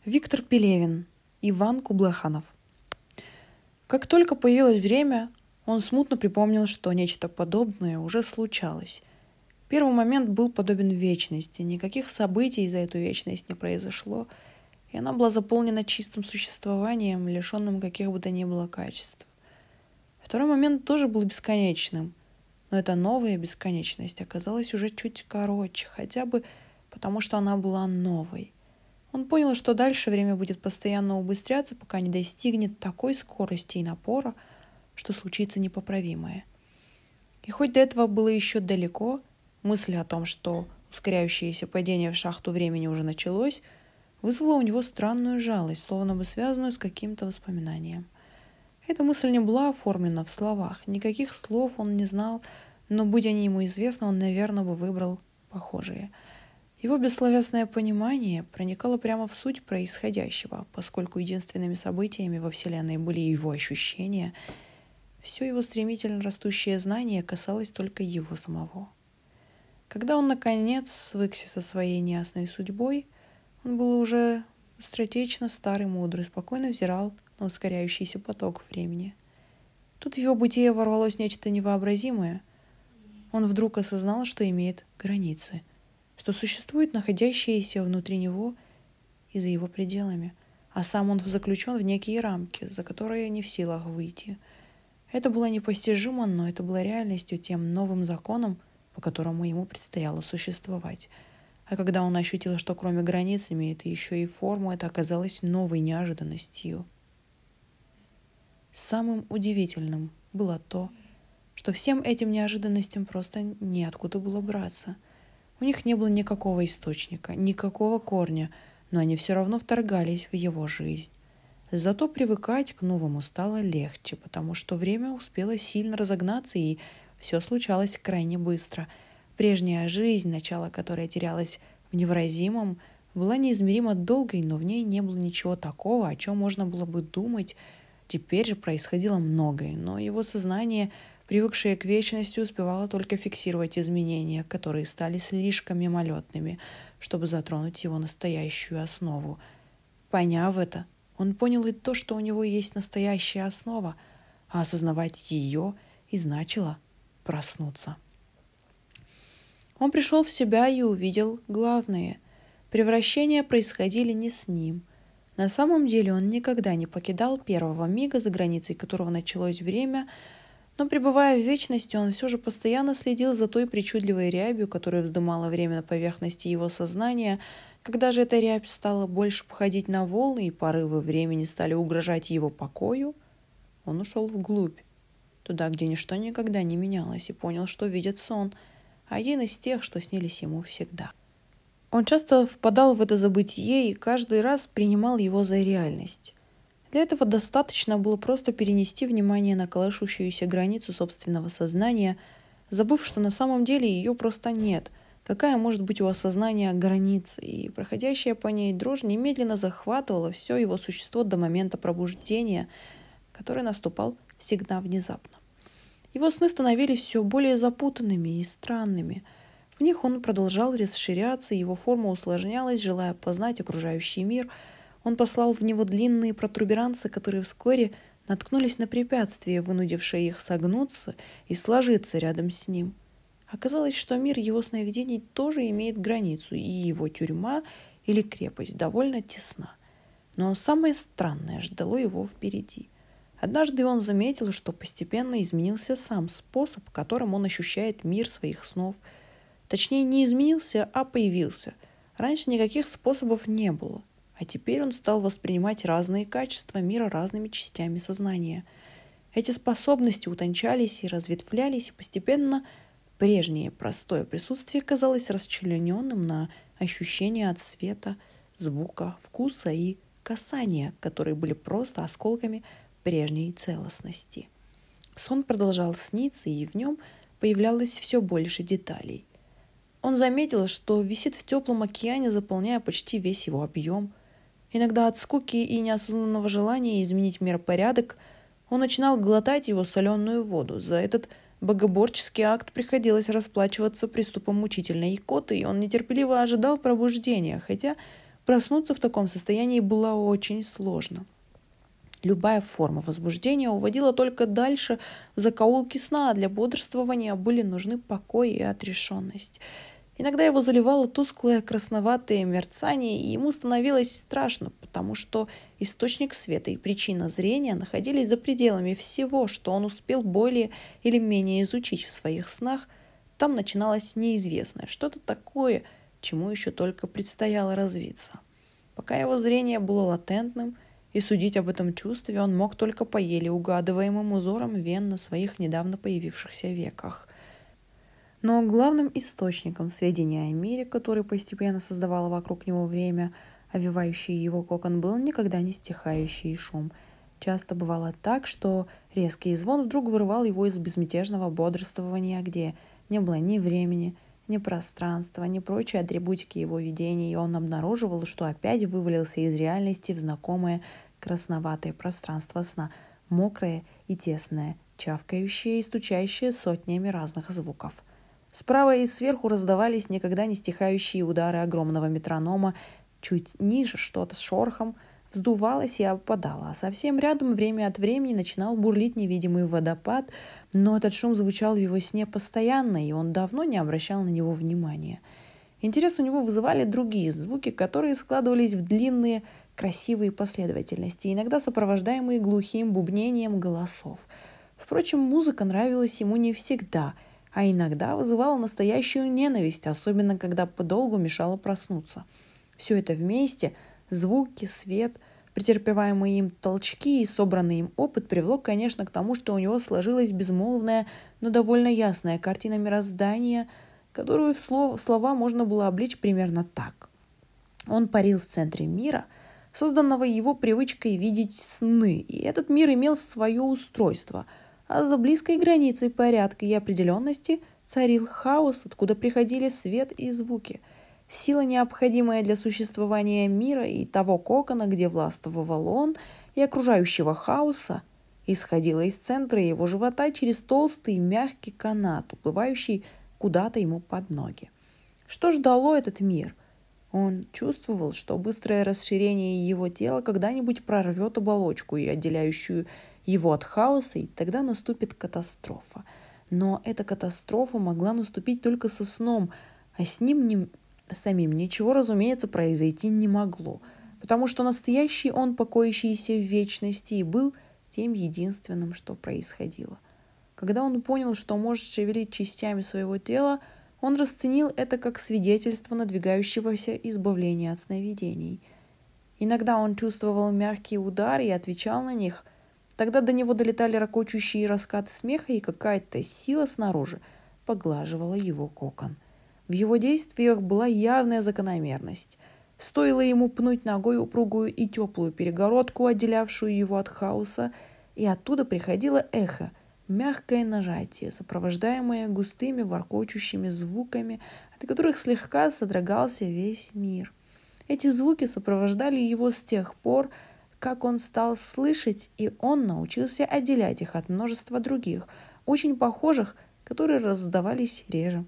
Виктор Пелевин, Иван Кублаханов. Как только появилось время, он смутно припомнил, что нечто подобное уже случалось. Первый момент был подобен вечности, никаких событий за эту вечность не произошло, и она была заполнена чистым существованием, лишенным каких бы то ни было качеств. Второй момент тоже был бесконечным, но эта новая бесконечность оказалась уже чуть короче, хотя бы потому, что она была новой. Он понял, что дальше время будет постоянно убыстряться, пока не достигнет такой скорости и напора, что случится непоправимое. И хоть до этого было еще далеко, мысль о том, что ускоряющееся падение в шахту времени уже началось, вызвала у него странную жалость, словно бы связанную с каким-то воспоминанием. Эта мысль не была оформлена в словах, никаких слов он не знал, но, будь они ему известны, он, наверное, бы выбрал похожие. Его бессловесное понимание проникало прямо в суть происходящего, поскольку единственными событиями во Вселенной были его ощущения, все его стремительно растущее знание касалось только его самого. Когда он, наконец, свыкся со своей неясной судьбой, он был уже быстротечно старый, мудрый, спокойно взирал на ускоряющийся поток времени. Тут в его бытие ворвалось нечто невообразимое. Он вдруг осознал, что имеет границы, что существует находящиеся внутри него и за его пределами, а сам он заключен в некие рамки, за которые не в силах выйти. Это было непостижимо, но это было реальностью, тем новым законом, по которому ему предстояло существовать. А когда он ощутил, что кроме границ имеет еще и форму, это оказалось новой неожиданностью. Самым удивительным было то, что всем этим неожиданностям просто неоткуда было браться. У них не было никакого источника, никакого корня, но они все равно вторгались в его жизнь. Зато привыкать к новому стало легче, потому что время успело сильно разогнаться, и все случалось крайне быстро. Прежняя жизнь, начало которой терялось в невыразимом, была неизмеримо долгой, но в ней не было ничего такого, о чем можно было бы думать. Теперь же происходило многое, но его сознание, привыкшее к вечности, успевало только фиксировать изменения, которые стали слишком мимолетными, чтобы затронуть его настоящую основу. Поняв это, он понял и то, что у него есть настоящая основа, а осознавать ее и значило проснуться. Он пришел в себя и увидел главное. Превращения происходили не с ним. На самом деле он никогда не покидал первого мига, за границей которого началось время, но, пребывая в вечности, он все же постоянно следил за той причудливой рябью, которая вздымала время на поверхности его сознания. Когда же эта рябь стала больше походить на волны, и порывы времени стали угрожать его покою, он ушел вглубь, туда, где ничто никогда не менялось, и понял, что видит сон, один из тех, что снились ему всегда. Он часто впадал в это забытие и каждый раз принимал его за реальность. Для этого достаточно было просто перенести внимание на колышущуюся границу собственного сознания, забыв, что на самом деле ее просто нет. Какая может быть у осознания граница? И проходящая по ней дрожь немедленно захватывала все его существо до момента пробуждения, который наступал всегда внезапно. Его сны становились все более запутанными и странными. В них он продолжал расширяться, его форма усложнялась, желая познать окружающий мир. Он послал в него длинные протуберанцы, которые вскоре наткнулись на препятствие, вынудившее их согнуться и сложиться рядом с ним. Оказалось, что мир его сновидений тоже имеет границу, и его тюрьма или крепость довольно тесна. Но самое странное ждало его впереди. Однажды он заметил, что постепенно изменился сам способ, которым он ощущает мир своих снов. Точнее, не изменился, а появился. Раньше никаких способов не было, а теперь он стал воспринимать разные качества мира разными частями сознания. Эти способности утончались и разветвлялись, и постепенно прежнее простое присутствие казалось расчлененным на ощущения от света, звука, вкуса и касания, которые были просто осколками прежней целостности. Сон продолжал сниться, и в нем появлялось все больше деталей. Он заметил, что висит в теплом океане, заполняя почти весь его объем. Иногда от скуки и неосознанного желания изменить миропорядок он начинал глотать его соленую воду. За этот богоборческий акт приходилось расплачиваться приступом мучительной икоты, и он нетерпеливо ожидал пробуждения, хотя Проснуться в таком состоянии было очень сложно. Любая форма возбуждения уводила только дальше в закоулки сна, а для бодрствования были нужны покой и отрешенность. Иногда его заливало тусклое красноватое мерцание, и ему становилось страшно, потому что источник света и причина зрения находились за пределами всего, что он успел более или менее изучить в своих снах. Там начиналось неизвестное, что-то такое, чему еще только предстояло развиться. Пока его зрение было латентным, и судить об этом чувстве он мог только по еле угадываемым узорам вен на своих недавно появившихся веках. Но главным источником сведений о мире, который постепенно создавало вокруг него время, овивающий его кокон, был никогда не стихающий шум. Часто бывало так, что резкий звон вдруг вырывал его из безмятежного бодрствования, где не было ни времени, ни пространства, ни прочей атрибутики его видения, и он обнаруживал, что опять вывалился из реальности в знакомое красноватое пространство сна, мокрое и тесное, чавкающее и стучащее сотнями разных звуков. Справа и сверху раздавались никогда не стихающие удары огромного метронома, чуть ниже что-то с шорохом вздувалось и опадало, а совсем рядом время от времени начинал бурлить невидимый водопад, но этот шум звучал в его сне постоянно, и он давно не обращал на него внимания. Интерес у него вызывали другие звуки, которые складывались в длинные, красивые последовательности, иногда сопровождаемые глухим бубнением голосов. Впрочем, музыка нравилась ему не всегда, а иногда вызывала настоящую ненависть, особенно когда подолгу мешала проснуться. Все это вместе — звуки, свет, претерпеваемые им толчки и собранный им опыт — привело, конечно, к тому, что у него сложилась безмолвная, но довольно ясная картина мироздания, которую в слова можно было облечь примерно так. Он парил в центре мира, созданного его привычкой видеть сны, и этот мир имел свое устройство, а за близкой границей порядка и определенности царил хаос, откуда приходили свет и звуки. Сила, необходимая для существования мира и того кокона, где властвовал он, и окружающего хаоса, исходила из центра его живота через толстый мягкий канат, уплывающий куда-то ему под ноги. Что ж дало этот мир? Он чувствовал, что быстрое расширение его тела когда-нибудь прорвет оболочку, и отделяющую его от хаоса, и тогда наступит катастрофа. Но эта катастрофа могла наступить только со сном, а с ним самим ничего, разумеется, произойти не могло, потому что настоящий он, покоящийся в вечности, и был тем единственным, что происходило. Когда он понял, что может шевелить частями своего тела, он расценил это как свидетельство надвигающегося избавления от сновидений. Иногда он чувствовал мягкие удары и отвечал на них. Тогда до него долетали ракочущие раскаты смеха, и какая-то сила снаружи поглаживала его кокон. В его действиях была явная закономерность. Стоило ему пнуть ногой упругую и теплую перегородку, отделявшую его от хаоса, и оттуда приходило эхо, мягкое нажатие, сопровождаемое густыми воркочущими звуками, от которых слегка содрогался весь мир. Эти звуки сопровождали его с тех пор, как он стал слышать, и он научился отделять их от множества других, очень похожих, которые раздавались реже.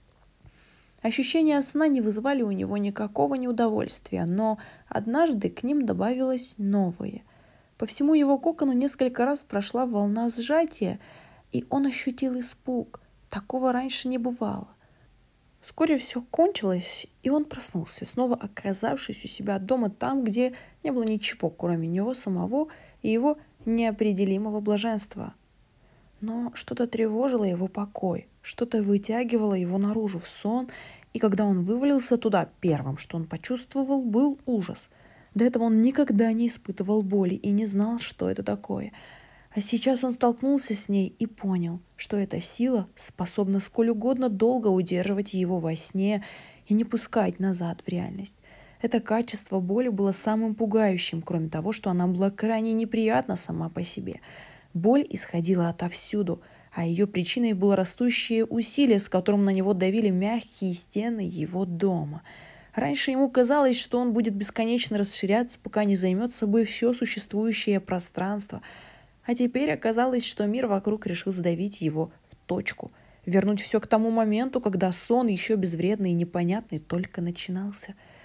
Ощущения сна не вызывали у него никакого неудовольствия, но однажды к ним добавилось новое. По всему его кокону несколько раз прошла волна сжатия, и он ощутил испуг. Такого раньше не бывало. Вскоре все кончилось, и он проснулся, снова оказавшись у себя дома там, где не было ничего, кроме него самого и его неопределимого блаженства. Но что-то тревожило его покой, что-то вытягивало его наружу в сон, и когда он вывалился туда, первым, что он почувствовал, был ужас. До этого он никогда не испытывал боли и не знал, что это такое. А сейчас он столкнулся с ней и понял, что эта сила способна сколь угодно долго удерживать его во сне и не пускать назад в реальность. Это качество боли было самым пугающим, кроме того, что она была крайне неприятна сама по себе. Боль исходила отовсюду, а ее причиной было растущее усилие, с которым на него давили мягкие стены его дома. Раньше ему казалось, что он будет бесконечно расширяться, пока не займет собой все существующее пространство. А теперь оказалось, что мир вокруг решил сдавить его в точку, вернуть все к тому моменту, когда сон, еще безвредный и непонятный, только начинался.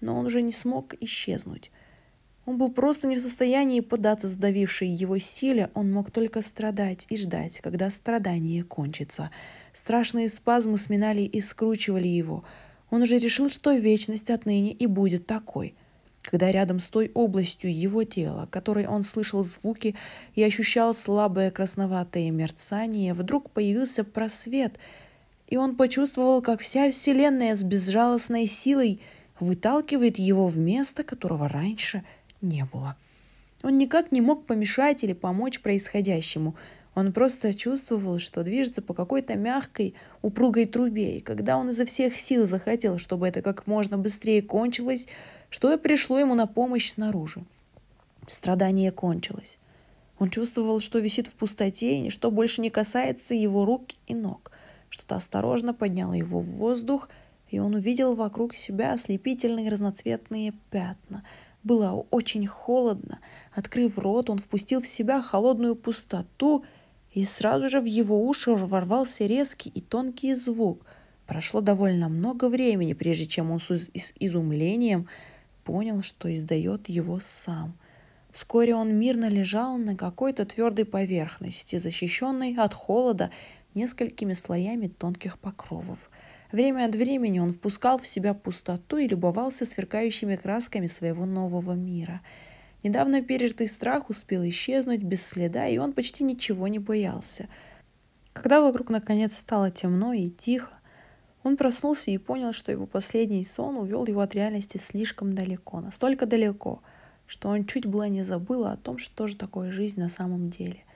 но он уже не смог исчезнуть. Он был просто не в состоянии поддаться сдавившей его силе, он мог только страдать и ждать, когда страдание кончится. Страшные спазмы сминали и скручивали его. Он уже решил, что вечность отныне и будет такой. Когда рядом с той областью его тела, которой он слышал звуки и ощущал слабое красноватое мерцание, вдруг появился просвет, и он почувствовал, как вся Вселенная с безжалостной силой выталкивает его в место, которого раньше не было. Он никак не мог помешать или помочь происходящему. Он просто чувствовал, что движется по какой-то мягкой, упругой трубе, и когда он изо всех сил захотел, чтобы это как можно быстрее кончилось, что-то пришло ему на помощь снаружи. Страдание кончилось. Он чувствовал, что висит в пустоте, и ничто больше не касается его рук и ног. Что-то осторожно подняло его в воздух, и он увидел вокруг себя ослепительные разноцветные пятна. Было очень холодно. Открыв рот, он впустил в себя холодную пустоту, и сразу же в его уши ворвался резкий и тонкий звук. Прошло довольно много времени, прежде чем он с изумлением понял, что издает его сам. Вскоре он мирно лежал на какой-то твердой поверхности, защищенной от холода несколькими слоями тонких покровов. Время от времени он впускал в себя пустоту и любовался сверкающими красками своего нового мира. Недавно пережитый страх успел исчезнуть без следа, и он почти ничего не боялся. Когда вокруг наконец стало темно и тихо, он проснулся и понял, что его последний сон увел его от реальности слишком далеко, настолько далеко, что он чуть было не забыл о том, что же такое жизнь на самом деле.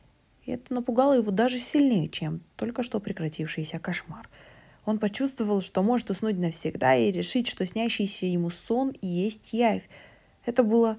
И это напугало его даже сильнее, чем только что прекратившийся кошмар. Он почувствовал, что может уснуть навсегда и решить, что снящийся ему сон и есть явь. Это было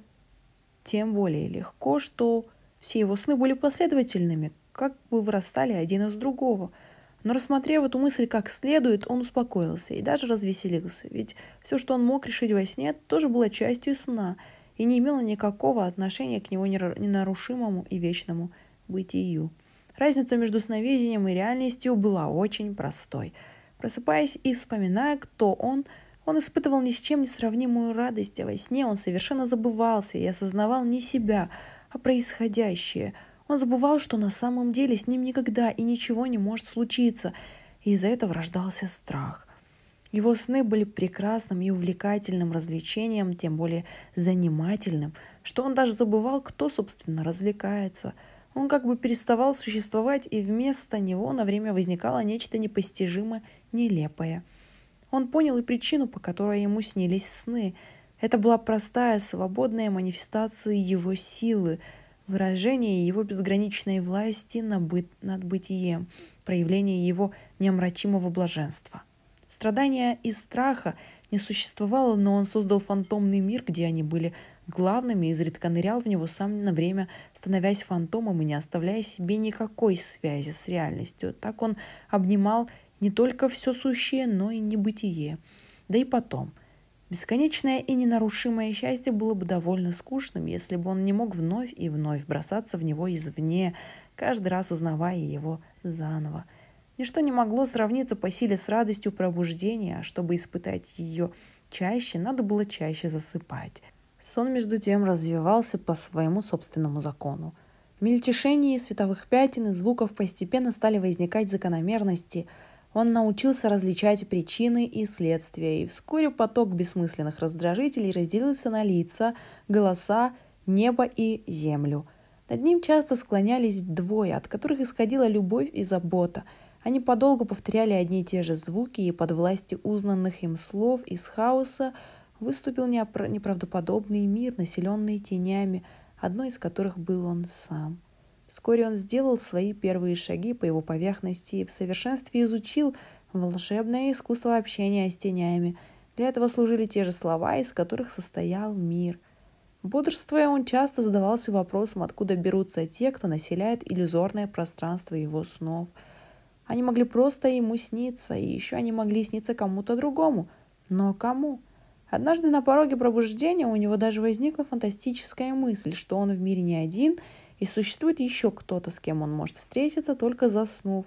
тем более легко, что все его сны были последовательными, как бы вырастали один из другого. Но рассмотрев эту мысль как следует, он успокоился и даже развеселился, ведь все, что он мог решить во сне, тоже было частью сна и не имело никакого отношения к его ненарушимому и вечному бытию. Разница между сновидением и реальностью была очень простой. Просыпаясь и вспоминая, кто он испытывал ни с чем не сравнимую радость, а во сне он совершенно забывался и осознавал не себя, а происходящее. Он забывал, что на самом деле с ним никогда и ничего не может случиться, и из-за этого рождался страх. Его сны были прекрасным и увлекательным развлечением, тем более занимательным, что он даже забывал, кто, собственно, развлекается. Он как бы переставал существовать, и вместо него на время возникало нечто непостижимо нелепое. Он понял и причину, по которой ему снились сны. Это была простая, свободная манифестация его силы, выражение его безграничной власти над бытием, проявление его неомрачимого блаженства. Страдания и страха не существовало, но он создал фантомный мир, где они были главными, и изредка нырял в него сам на время, становясь фантомом и не оставляя себе никакой связи с реальностью. Так он обнимал не только все сущее, но и небытие. Да и потом, бесконечное и ненарушимое счастье было бы довольно скучным, если бы он не мог вновь и вновь бросаться в него извне, каждый раз узнавая его заново. Ничто не могло сравниться по силе с радостью пробуждения, а чтобы испытать ее чаще, надо было чаще засыпать. Сон, между тем, развивался по своему собственному закону. В мельтешении световых пятен и звуков постепенно стали возникать закономерности. Он научился различать причины и следствия, и вскоре поток бессмысленных раздражителей разделился на лица, голоса, небо и землю. Над ним часто склонялись двое, от которых исходила любовь и забота. Они подолгу повторяли одни и те же звуки, и под властью узнанных им слов из хаоса выступил неправдоподобный мир, населенный тенями, одной из которых был он сам. Вскоре он сделал свои первые шаги по его поверхности и в совершенстве изучил волшебное искусство общения с тенями. Для этого служили те же слова, из которых состоял мир. Бодрствуя, он часто задавался вопросом, откуда берутся те, кто населяет иллюзорное пространство его снов. Они могли просто ему сниться, и еще они могли сниться кому-то другому. Но кому? Однажды на пороге пробуждения у него даже возникла фантастическая мысль, что он в мире не один, и существует еще кто-то, с кем он может встретиться, только заснув.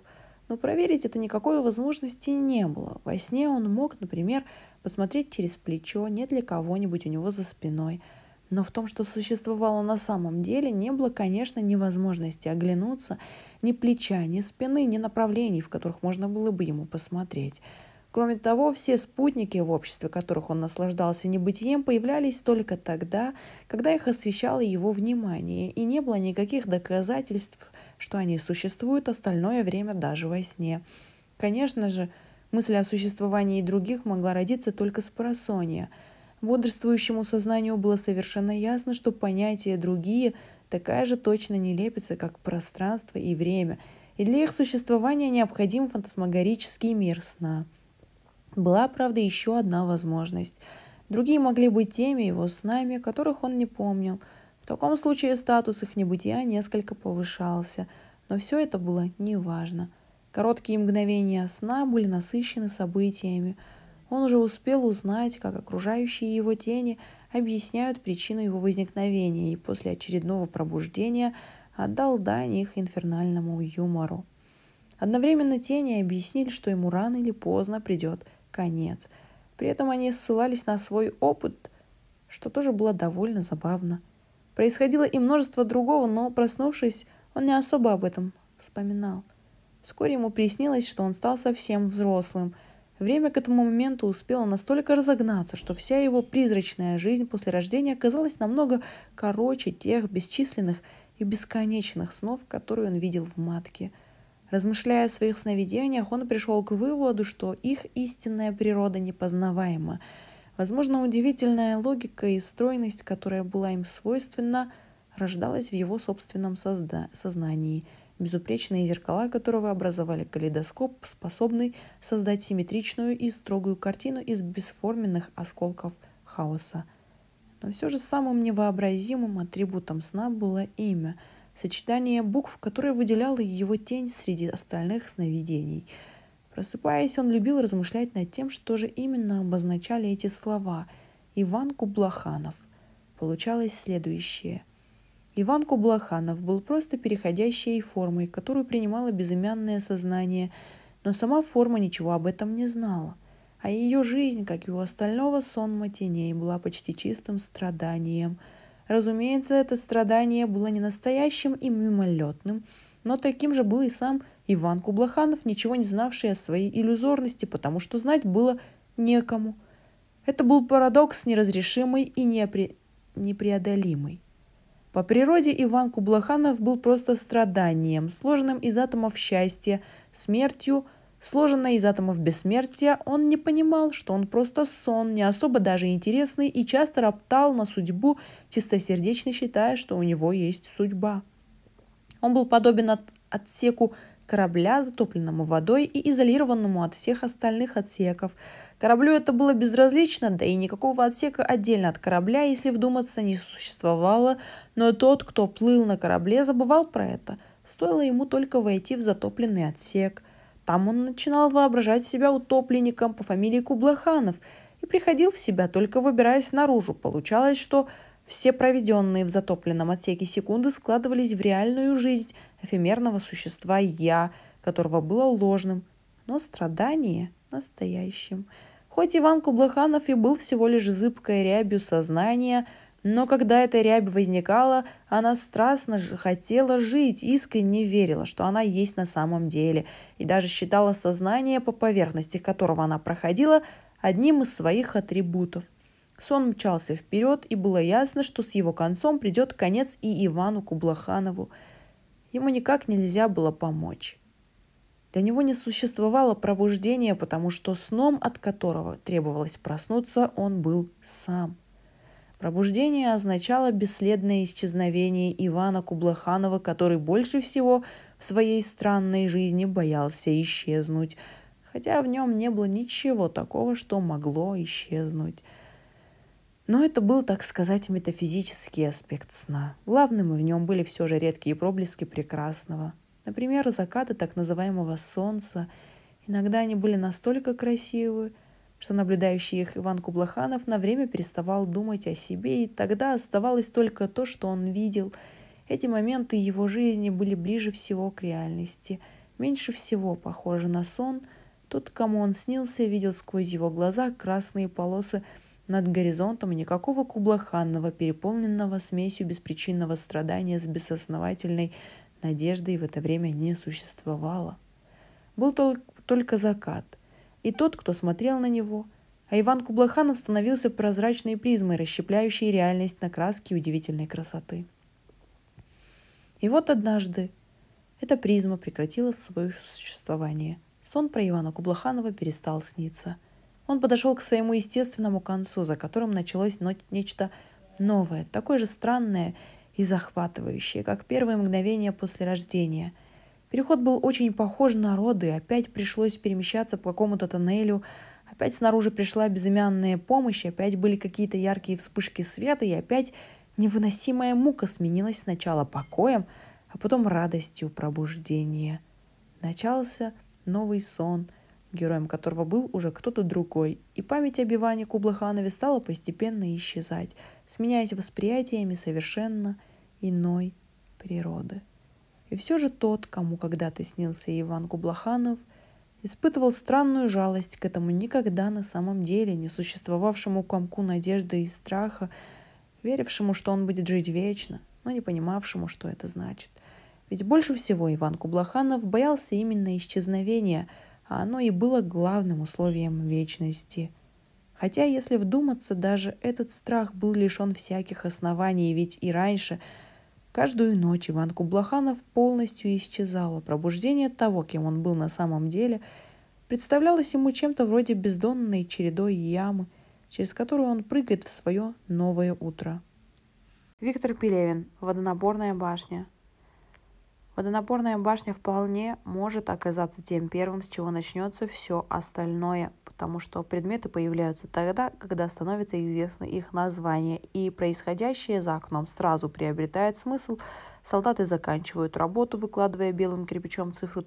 Но проверить это никакой возможности не было. Во сне он мог, например, посмотреть через плечо, нет ли кого-нибудь у него за спиной. Но в том, что существовало на самом деле, не было, конечно, ни возможности оглянуться, ни плеча, ни спины, ни направлений, в которых можно было бы ему посмотреть. Кроме того, все спутники, в обществе которых он наслаждался небытием, появлялись только тогда, когда их освещало его внимание, и не было никаких доказательств, что они существуют остальное время даже во сне. Конечно же, мысль о существовании других могла родиться только спросонья. Бодрствующему сознанию было совершенно ясно, что понятия «другие» такая же точно нелепица, как пространство и время, и для их существования необходим фантасмагорический мир сна. Была, правда, еще одна возможность. Другие могли быть теми его снами, которых он не помнил. В таком случае статус их небытия несколько повышался, но все это было неважно. Короткие мгновения сна были насыщены событиями. Он уже успел узнать, как окружающие его тени объясняют причину его возникновения, и после очередного пробуждения отдал дань их инфернальному юмору. Одновременно тени объяснили, что ему рано или поздно придет конец. При этом они ссылались на свой опыт, что тоже было довольно забавно. Происходило и множество другого, но, проснувшись, он не особо об этом вспоминал. Вскоре ему приснилось, что он стал совсем взрослым. Время к этому моменту успело настолько разогнаться, что вся его призрачная жизнь после рождения оказалась намного короче тех бесчисленных и бесконечных снов, которые он видел в матке. Размышляя о своих сновидениях, он пришел к выводу, что их истинная природа непознаваема. Возможно, удивительная логика и стройность, которая была им свойственна, рождалась в его собственном сознании, безупречные зеркала которого образовали калейдоскоп, способный создать симметричную и строгую картину из бесформенных осколков хаоса. Но все же самым невообразимым атрибутом сна было имя – сочетание букв, которое выделяло его тень среди остальных сновидений. Просыпаясь, он любил размышлять над тем, что же именно обозначали эти слова. Иван Кублаханов. Получалось следующее. Иван Кублаханов был просто переходящей формой, которую принимало безымянное сознание, но сама форма ничего об этом не знала. А ее жизнь, как и у остального сонма теней, была почти чистым страданием. Разумеется, это страдание было не настоящим и мимолетным, но таким же был и сам Иван Кублаханов, ничего не знавший о своей иллюзорности, потому что знать было некому. Это был парадокс неразрешимый и непреодолимый. По природе Иван Кублаханов был просто страданием, сложенным из атомов счастья, смертью, сложенной из атомов бессмертия. Он не понимал, что он просто сон, не особо даже интересный, и часто роптал на судьбу, чистосердечно считая, что у него есть судьба. Он был подобен отсеку корабля, затопленному водой и изолированному от всех остальных отсеков. Кораблю это было безразлично, да и никакого отсека отдельно от корабля, если вдуматься, не существовало, но тот, кто плыл на корабле, забывал про это. Стоило ему только войти в затопленный отсек. Там он начинал воображать себя утопленником по фамилии Кублаханов и приходил в себя, только выбираясь наружу. Получалось, что все проведенные в затопленном отсеке секунды складывались в реальную жизнь эфемерного существа «я», которого было ложным, но страдание настоящим. Хоть Иван Кублаханов и был всего лишь зыбкой рябью сознания, но когда эта рябь возникала, она страстно хотела жить, искренне верила, что она есть на самом деле, и даже считала сознание, по поверхности которого она проходила, одним из своих атрибутов. Сон мчался вперед, и было ясно, что с его концом придет конец и Ивану Кублаханову. Ему никак нельзя было помочь. Для него не существовало пробуждения, потому что сном, от которого требовалось проснуться, он был сам. Пробуждение означало бесследное исчезновение Ивана Кублаханова, который больше всего в своей странной жизни боялся исчезнуть, хотя в нем не было ничего такого, что могло исчезнуть. Но это был, так сказать, метафизический аспект сна. Главным в нем были все же редкие проблески прекрасного. Например, закаты так называемого солнца. Иногда они были настолько красивы, что наблюдающий их Иван Кублаханов на время переставал думать о себе, и тогда оставалось только то, что он видел. Эти моменты его жизни были ближе всего к реальности. Меньше всего похоже на сон, тот, кому он снился, видел сквозь его глаза красные полосы над горизонтом, и никакого Кублаханова, переполненного смесью беспричинного страдания с безосновательной надеждой, в это время не существовало. Был только закат, и тот, кто смотрел на него, а Иван Кублаханов становился прозрачной призмой, расщепляющей реальность на краски удивительной красоты. И вот однажды эта призма прекратила свое существование. Сон про Ивана Кублаханова перестал сниться. Он подошел к своему естественному концу, за которым началось нечто новое, такое же странное и захватывающее, как первые мгновения после рождения. Переход был очень похож на роды, опять пришлось перемещаться по какому-то тоннелю, опять снаружи пришла безымянная помощь, опять были какие-то яркие вспышки света, и опять невыносимая мука сменилась сначала покоем, а потом радостью пробуждения. Начался новый сон, героем которого был уже кто-то другой, и память об Иване Кублаханове стала постепенно исчезать, сменяясь восприятиями совершенно иной природы. И все же тот, кому когда-то снился Иван Кублаханов, испытывал странную жалость к этому никогда на самом деле не существовавшему комку надежды и страха, верившему, что он будет жить вечно, но не понимавшему, что это значит. Ведь больше всего Иван Кублаханов боялся именно исчезновения, а оно и было главным условием вечности. Хотя, если вдуматься, даже этот страх был лишен всяких оснований, ведь и раньше каждую ночь Иван Кублаханов полностью исчезал, а пробуждение того, кем он был на самом деле, представлялось ему чем-то вроде бездонной чередой ямы, через которую он прыгает в свое новое утро. Виктор Пелевин. Водонапорная башня. Водонапорная башня вполне может оказаться тем первым, с чего начнется все остальное, потому что предметы появляются тогда, когда становится известно их название, и происходящее за окном сразу приобретает смысл. Солдаты заканчивают работу, выкладывая белым кирпичом цифру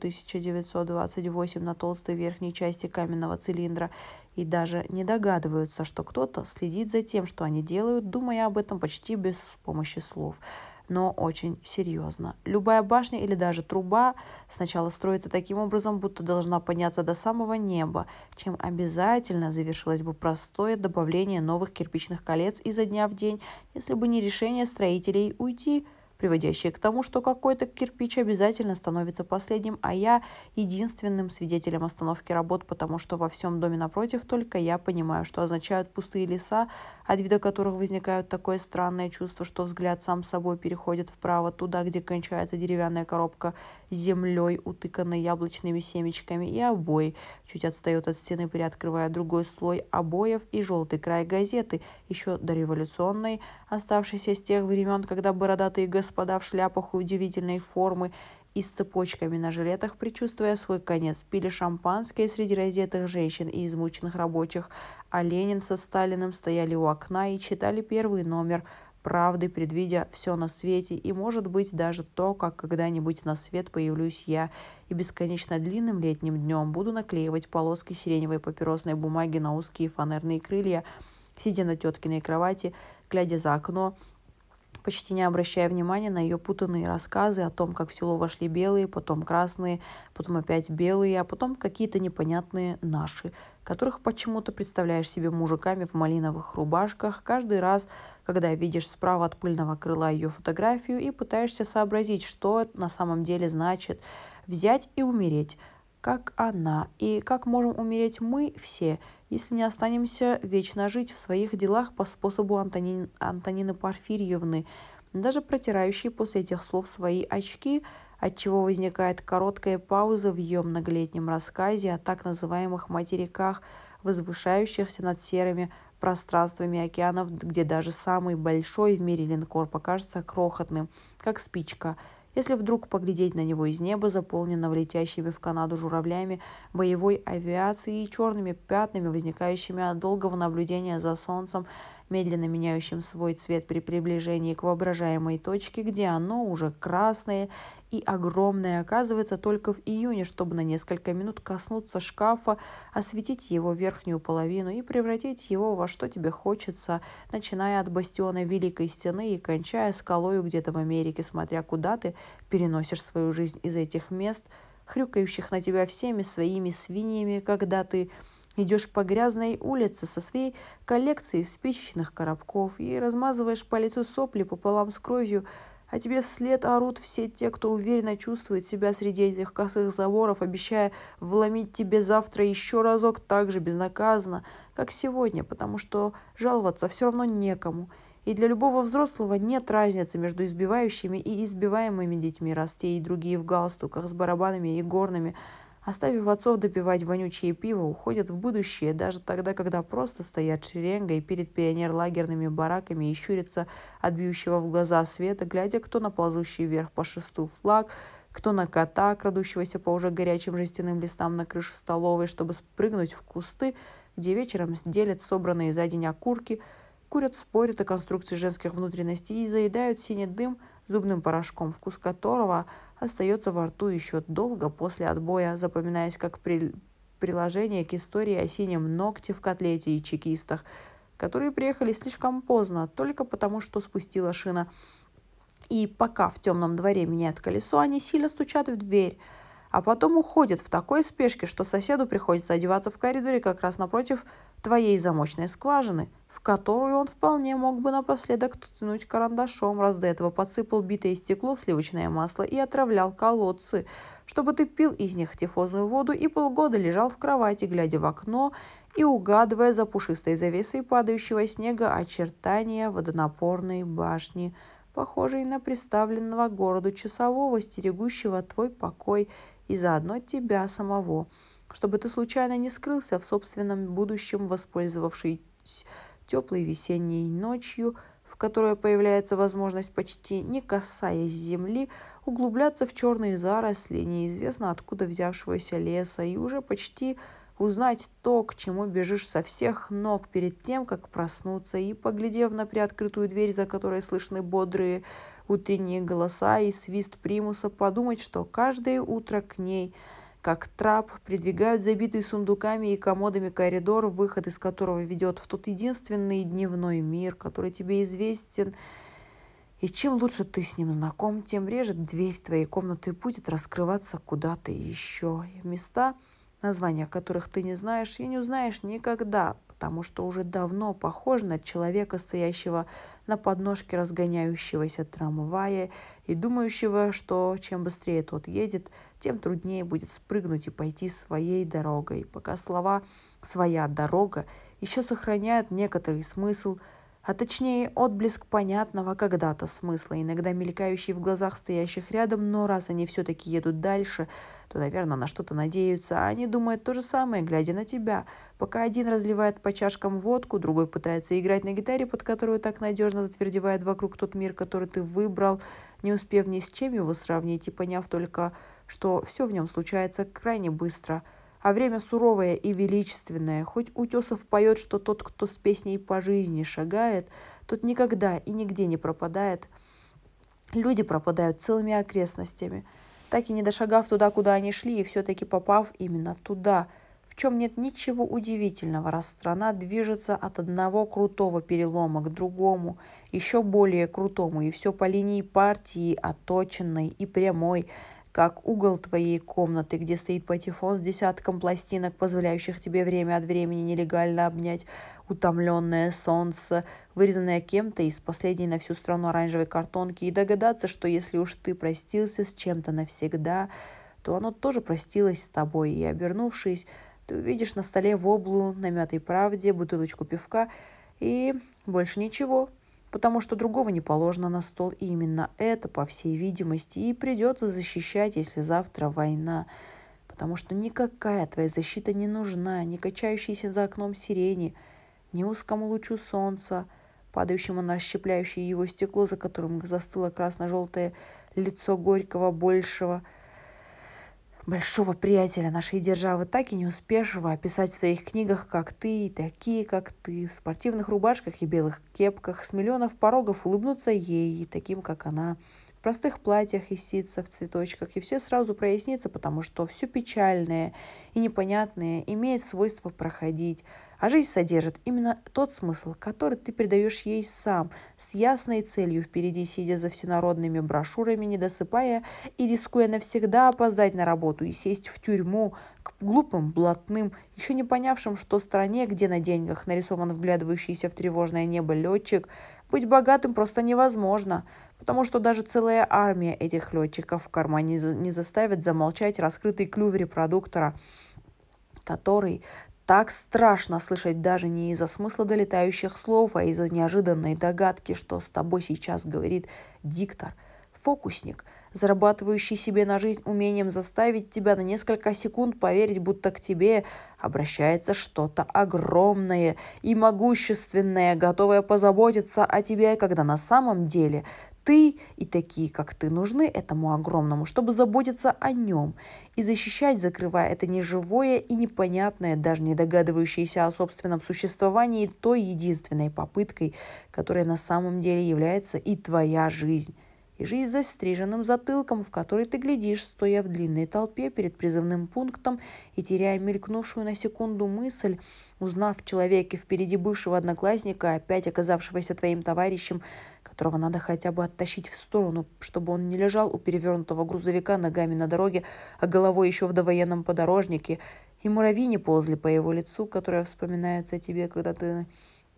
1928 на толстой верхней части каменного цилиндра, и даже не догадываются, что кто-то следит за тем, что они делают, думая об этом почти без помощи слов. Но очень серьезно. Любая башня или даже труба сначала строится таким образом, будто должна подняться до самого неба, чем обязательно завершилось бы простое добавление новых кирпичных колец изо дня в день, если бы не решение строителей уйти, приводящее к тому, что какой-то кирпич обязательно становится последним, а я единственным свидетелем остановки работ, потому что во всем доме напротив только я понимаю, что означают пустые леса, от вида которых возникает такое странное чувство, что взгляд сам собой переходит вправо, туда, где кончается деревянная коробка с землей, утыканной яблочными семечками, и обои чуть отстают от стены, приоткрывая другой слой обоев, и желтый край газеты, еще дореволюционной, оставшейся с тех времен, когда бородатые господа в шляпах удивительной формы и с цепочками на жилетах, предчувствуя свой конец, пили шампанское среди раздетых женщин и измученных рабочих, а Ленин со Сталиным стояли у окна и читали первый номер «Правды», предвидя все на свете и, может быть, даже то, как когда-нибудь на свет появлюсь я и бесконечно длинным летним днем буду наклеивать полоски сиреневой папиросной бумаги на узкие фанерные крылья, сидя на теткиной кровати, глядя за окно, почти не обращая внимания на ее путанные рассказы о том, как в село вошли белые, потом красные, потом опять белые, а потом какие-то непонятные наши, которых почему-то представляешь себе мужиками в малиновых рубашках каждый раз, когда видишь справа от пыльного крыла ее фотографию и пытаешься сообразить, что это на самом деле значит взять и умереть, как она, и как можем умереть мы все, если не останемся вечно жить в своих делах по способу Антонины Порфирьевны, даже протирающей после этих слов свои очки, отчего возникает короткая пауза в ее многолетнем рассказе о так называемых материках, возвышающихся над серыми пространствами океанов, где даже самый большой в мире линкор покажется крохотным, как спичка, если вдруг поглядеть на него из неба, заполненного летящими в Канаду журавлями, боевой авиацией и черными пятнами, возникающими от долгого наблюдения за солнцем, медленно меняющим свой цвет при приближении к воображаемой точке, где оно уже красное и огромное оказывается только в июне, чтобы на несколько минут коснуться шкафа, осветить его верхнюю половину и превратить его во что тебе хочется, начиная от бастиона Великой Стены и кончая скалою где-то в Америке, смотря куда ты переносишь свою жизнь из этих мест, хрюкающих на тебя всеми своими свиньями, когда ты идешь по грязной улице со своей коллекцией спичечных коробков и размазываешь по лицу сопли пополам с кровью, а тебе вслед орут все те, кто уверенно чувствует себя среди этих косых заборов, обещая вломить тебе завтра еще разок так же безнаказанно, как сегодня, потому что жаловаться все равно некому. И для любого взрослого нет разницы между избивающими и избиваемыми детьми, раз те и другие в галстуках с барабанами и горными, оставив отцов допивать вонючее пиво, уходят в будущее, даже тогда, когда просто стоят шеренгой перед пионерлагерными бараками и щурятся от бьющего в глаза света, глядя кто на ползущий вверх по шесту флаг, кто на кота, крадущегося по уже горячим жестяным листам на крыше столовой, чтобы спрыгнуть в кусты, где вечером делят собранные за день окурки, курят, спорят о конструкции женских внутренностей и заедают синий дым зубным порошком, вкус которого остается во рту еще долго после отбоя, запоминаясь как приложение к истории о синем ногте в котлете и чекистах, которые приехали слишком поздно, только потому, что спустила шина. И пока в темном дворе меняют колесо, они сильно стучат в дверь, а потом уходят в такой спешке, что соседу приходится одеваться в коридоре как раз напротив твоей замочной скважины, в которую он вполне мог бы напоследок ткнуть карандашом, раз до этого подсыпал битое стекло в сливочное масло и отравлял колодцы, чтобы ты пил из них тифозную воду и полгода лежал в кровати, глядя в окно и угадывая за пушистой завесой падающего снега очертания водонапорной башни, похожей на приставленного к городу часового, стерегущего твой покой и заодно тебя самого, чтобы ты случайно не скрылся в собственном будущем, воспользовавшись теплой весенней ночью, в которой появляется возможность, почти не касаясь земли, углубляться в черные заросли неизвестно откуда взявшегося леса и уже почти узнать то, к чему бежишь со всех ног перед тем, как проснуться, и, поглядев на приоткрытую дверь, за которой слышны бодрые утренние голоса и свист примуса, подумать, что каждое утро к ней, как трап, придвигают забитый сундуками и комодами коридор, выход из которого ведет в тот единственный дневной мир, который тебе известен, и чем лучше ты с ним знаком, тем реже дверь твоей комнаты будет раскрываться куда-то еще, в места, названия которых ты не знаешь и не узнаешь никогда, потому что уже давно похож на человека, стоящего на подножке разгоняющегося трамвая и думающего, что чем быстрее тот едет, тем труднее будет спрыгнуть и пойти своей дорогой, пока слова «своя дорога» еще сохраняют некоторый смысл, а точнее отблеск понятного когда-то смысла, иногда мелькающий в глазах стоящих рядом, но раз они все-таки едут дальше, то, наверное, на что-то надеются, а они думают то же самое, глядя на тебя, пока один разливает по чашкам водку, другой пытается играть на гитаре, под которую так надежно затвердевает вокруг тот мир, который ты выбрал, не успев ни с чем его сравнить и поняв только, что все в нем случается крайне быстро. А время суровое и величественное, хоть Утесов поет, что тот, кто с песней по жизни шагает, тот никогда и нигде не пропадает. Люди пропадают целыми окрестностями, так и не дошагав туда, куда они шли, и все-таки попав именно туда, в чем нет ничего удивительного, раз страна движется от одного крутого перелома к другому, еще более крутому, и все по линии партии, оточенной и прямой, как угол твоей комнаты, где стоит патефон с десятком пластинок, позволяющих тебе время от времени нелегально обнять утомленное солнце, вырезанное кем-то из последней на всю страну оранжевой картонки, и догадаться, что если уж ты простился с чем-то навсегда, то оно тоже простилось с тобой, и, обернувшись, ты увидишь на столе воблу, на мятой правде, бутылочку пивка и больше ничего, потому что другого не положено на стол, и именно это, по всей видимости, и придется защищать, если завтра война, потому что никакая твоя защита не нужна, ни качающейся за окном сирени, ни узкому лучу солнца, падающему на расщепляющее его стекло, за которым застыло красно-желтое лицо горького большого приятеля нашей державы, так и не успевшего описать в своих книгах, как ты и такие, как ты, в спортивных рубашках и белых кепках, с миллионов порогов улыбнуться ей, таким, как она, в простых платьях и ситцах в цветочках, и все сразу прояснится, потому что все печальное и непонятное имеет свойство проходить, А жизнь содержит именно тот смысл, который ты придаешь ей сам, с ясной целью впереди, сидя за всенародными брошюрами, не досыпая и рискуя навсегда опоздать на работу и сесть в тюрьму к глупым, блатным, еще не понявшим, что в стране, где на деньгах нарисован вглядывающийся в тревожное небо летчик, быть богатым просто невозможно, потому что даже целая армия этих летчиков в кармане не заставит замолчать раскрытый клюв репродуктора, который так страшно слышать даже не из-за смысла долетающих слов, а из-за неожиданной догадки, что с тобой сейчас говорит диктор, фокусник, зарабатывающий себе на жизнь умением заставить тебя на несколько секунд поверить, будто к тебе обращается что-то огромное и могущественное, готовое позаботиться о тебе, когда на самом деле ты и такие, как ты, нужны этому огромному, чтобы заботиться о нем и защищать, закрывая это неживое и непонятное, даже не догадывающееся о собственном существовании, той единственной попыткой, которая на самом деле является и твоя жизнь. И жизнь с застриженным затылком, в который ты глядишь, стоя в длинной толпе перед призывным пунктом и теряя мелькнувшую на секунду мысль, узнав в человеке впереди бывшего одноклассника, опять оказавшегося твоим товарищем, которого надо хотя бы оттащить в сторону, чтобы он не лежал у перевернутого грузовика ногами на дороге, а головой еще в довоенном подорожнике, и муравьи не ползли по его лицу, которое вспоминается тебе, когда ты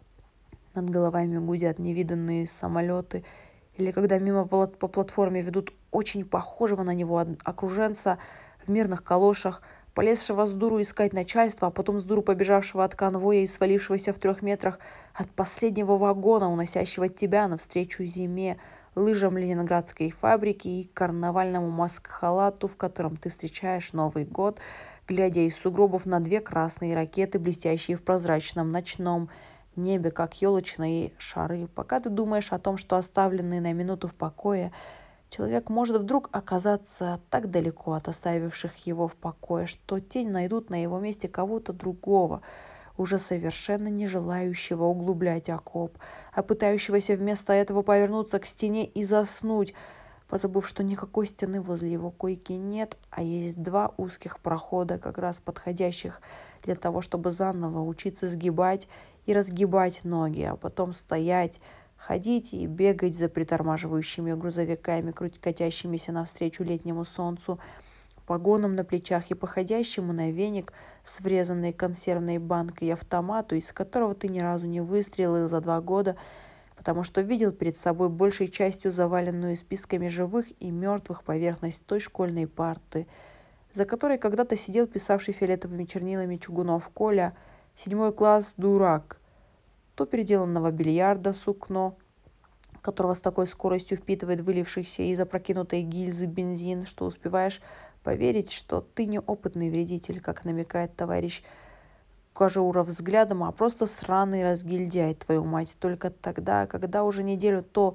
над головами гудят невиданные самолеты, или когда мимо по платформе ведут очень похожего на него окруженца в мирных калошах, полезшего с дуру искать начальство, а потом с дуру побежавшего от конвоя и свалившегося в 3 метрах от последнего вагона, уносящего тебя навстречу зиме, лыжам ленинградской фабрики и карнавальному маск-халату, в котором ты встречаешь Новый год, глядя из сугробов на 2 красные ракеты, блестящие в прозрачном ночном небе, как елочные шары. Пока ты думаешь о том, что оставленный на минуту в покое, человек может вдруг оказаться так далеко от оставивших его в покое, что тень найдут на его месте кого-то другого, уже совершенно не желающего углублять окоп, а пытающегося вместо этого повернуться к стене и заснуть, позабыв, что никакой стены возле его койки нет, а есть 2 узких прохода, как раз подходящих для того, чтобы заново учиться сгибать и разгибать ноги, а потом стоять, ходить и бегать за притормаживающими грузовиками, катящимися навстречу летнему солнцу, погоном на плечах и походящему на веник с врезанной консервной банкой и автомату, из которого ты ни разу не выстрелил за 2 года, потому что видел перед собой большей частью заваленную списками живых и мертвых поверхность той школьной парты, за которой когда-то сидел писавший фиолетовыми чернилами Чугунов Коля, 7 класс, дурак, то переделанного бильярда сукно, которого с такой скоростью впитывает вылившийся из опрокинутой гильзы бензин, что успеваешь поверить, что ты не опытный вредитель, как намекает товарищ Кожауров взглядом, а просто сраный разгильдяй, твою мать, только тогда, когда уже неделю то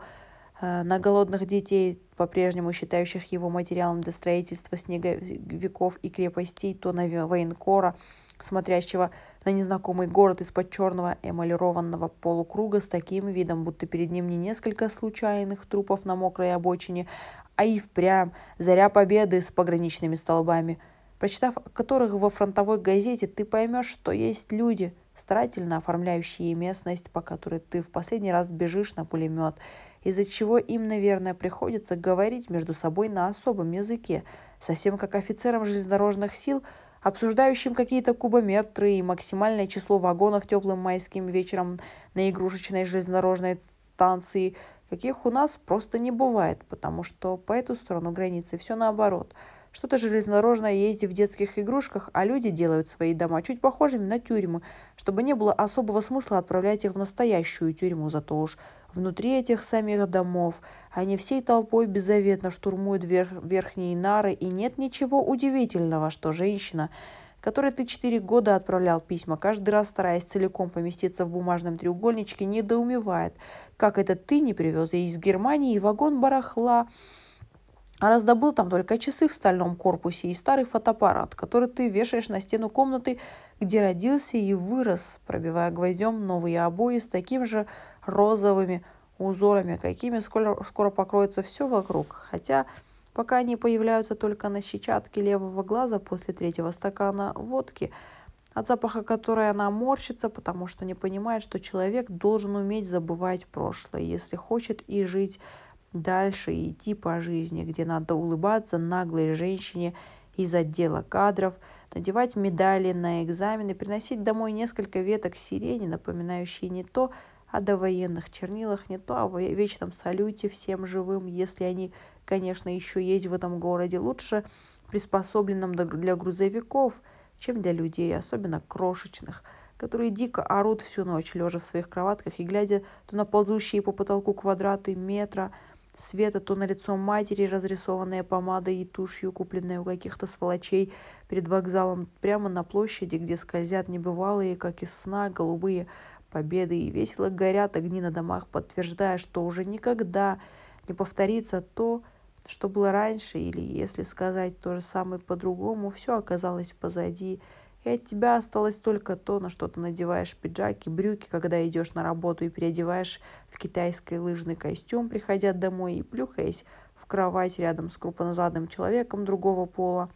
на голодных детей, по-прежнему считающих его материалом для строительства снеговиков и крепостей, то на военкора, смотрящего на незнакомый город из-под черного эмалированного полукруга с таким видом, будто перед ним не несколько случайных трупов на мокрой обочине, а и впрямь заря победы с пограничными столбами, прочитав которых во фронтовой газете, ты поймешь, что есть люди, старательно оформляющие местность, по которой ты в последний раз бежишь на пулемет, из-за чего им, наверное, приходится говорить между собой на особом языке, совсем как офицерам железнодорожных сил, обсуждающим какие-то кубометры и максимальное число вагонов теплым майским вечером на игрушечной железнодорожной станции, каких у нас просто не бывает, потому что по эту сторону границы все наоборот. Что-то железнодорожное ездит в детских игрушках, а люди делают свои дома чуть похожими на тюрьмы, чтобы не было особого смысла отправлять их в настоящую тюрьму, зато уж внутри этих самих домов они всей толпой беззаветно штурмуют верхние нары, и нет ничего удивительного, что женщина, которой ты 4 года отправлял письма, каждый раз стараясь целиком поместиться в бумажном треугольничке, недоумевает, как это ты не привез ей из Германии вагон барахла, а раздобыл там только часы в стальном корпусе и старый фотоаппарат, который ты вешаешь на стену комнаты, где родился и вырос, пробивая гвоздем новые обои с такими же розовыми узорами, какими скоро покроется все вокруг. Хотя пока они появляются только на сетчатке левого глаза после 3-го стакана водки, от запаха которой она морщится, потому что не понимает, что человек должен уметь забывать прошлое, если хочет и жить дальше, и идти по жизни, где надо улыбаться наглой женщине из отдела кадров, надевать медали на экзамены, приносить домой несколько веток сирени, напоминающие не то о довоенных чернилах, не то о вечном салюте всем живым, если они, конечно, еще есть в этом городе, лучше приспособленном для грузовиков, чем для людей, особенно крошечных, которые дико орут всю ночь, лежа в своих кроватках и глядя то на ползущие по потолку квадраты метра света, то на лицо матери, разрисованное помадой и тушью, купленное у каких-то сволочей перед вокзалом, прямо на площади, где скользят небывалые, как из сна, голубые победы, и весело горят огни на домах, подтверждая, что уже никогда не повторится то, что было раньше, или, если сказать то же самое по-другому, все оказалось позади, и от тебя осталось только то, на что ты надеваешь пиджак и брюки, когда идешь на работу, и переодеваешь в китайский лыжный костюм, приходя домой и плюхаясь в кровать рядом с крупнозадым человеком другого пола.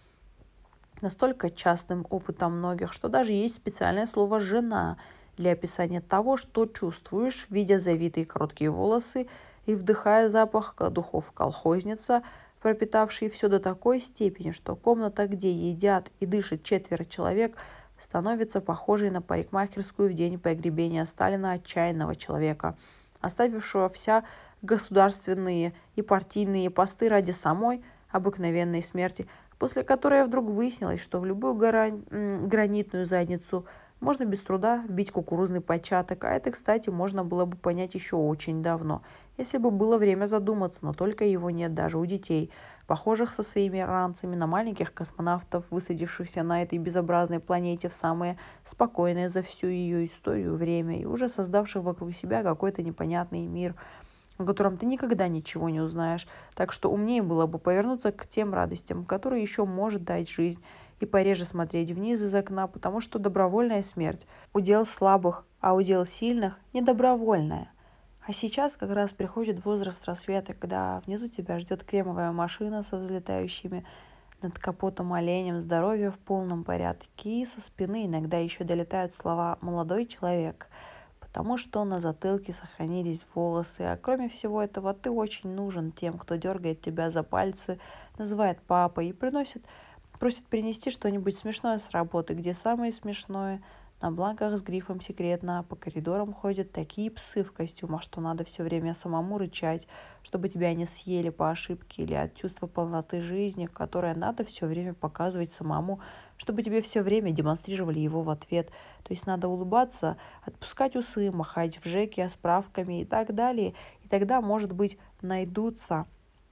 Настолько частым опытом многих, что даже есть специальное слово «жена» для описания того, что чувствуешь, видя завитые короткие волосы и вдыхая запах духов колхозница, пропитавший все до такой степени, что комната, где едят и дышит 4 человек, становится похожей на парикмахерскую в день погребения Сталина отчаянного человека, оставившего вся государственные и партийные посты ради самой обыкновенной смерти, после которой вдруг выяснилось, что в любую гранитную задницу можно без труда вбить кукурузный початок, а это, кстати, можно было бы понять еще очень давно, если бы было время задуматься, но только его нет даже у детей, похожих со своими ранцами на маленьких космонавтов, высадившихся на этой безобразной планете в самое спокойное за всю ее историю время и уже создавших вокруг себя какой-то непонятный мир, о котором ты никогда ничего не узнаешь, так что умнее было бы повернуться к тем радостям, которые еще может дать жизнь, и пореже смотреть вниз из окна, потому что добровольная смерть – удел слабых, а удел сильных – недобровольная. А сейчас как раз приходит возраст рассвета, когда внизу тебя ждет кремовая машина со взлетающими над капотом оленем, здоровье в полном порядке, и со спины иногда еще долетают слова «молодой человек», потому что на затылке сохранились волосы, а кроме всего этого ты очень нужен тем, кто дергает тебя за пальцы, называет папой и просит принести что-нибудь смешное с работы, где самое смешное на бланках с грифом «секретно», а по коридорам ходят такие псы в костюмах, что надо все время самому рычать, чтобы тебя не съели по ошибке или от чувства полноты жизни, которое надо все время показывать самому, чтобы тебе все время демонстрировали его в ответ. То есть надо улыбаться, отпускать усы, махать в ЖЭКе справками и так далее. И тогда, может быть, найдутся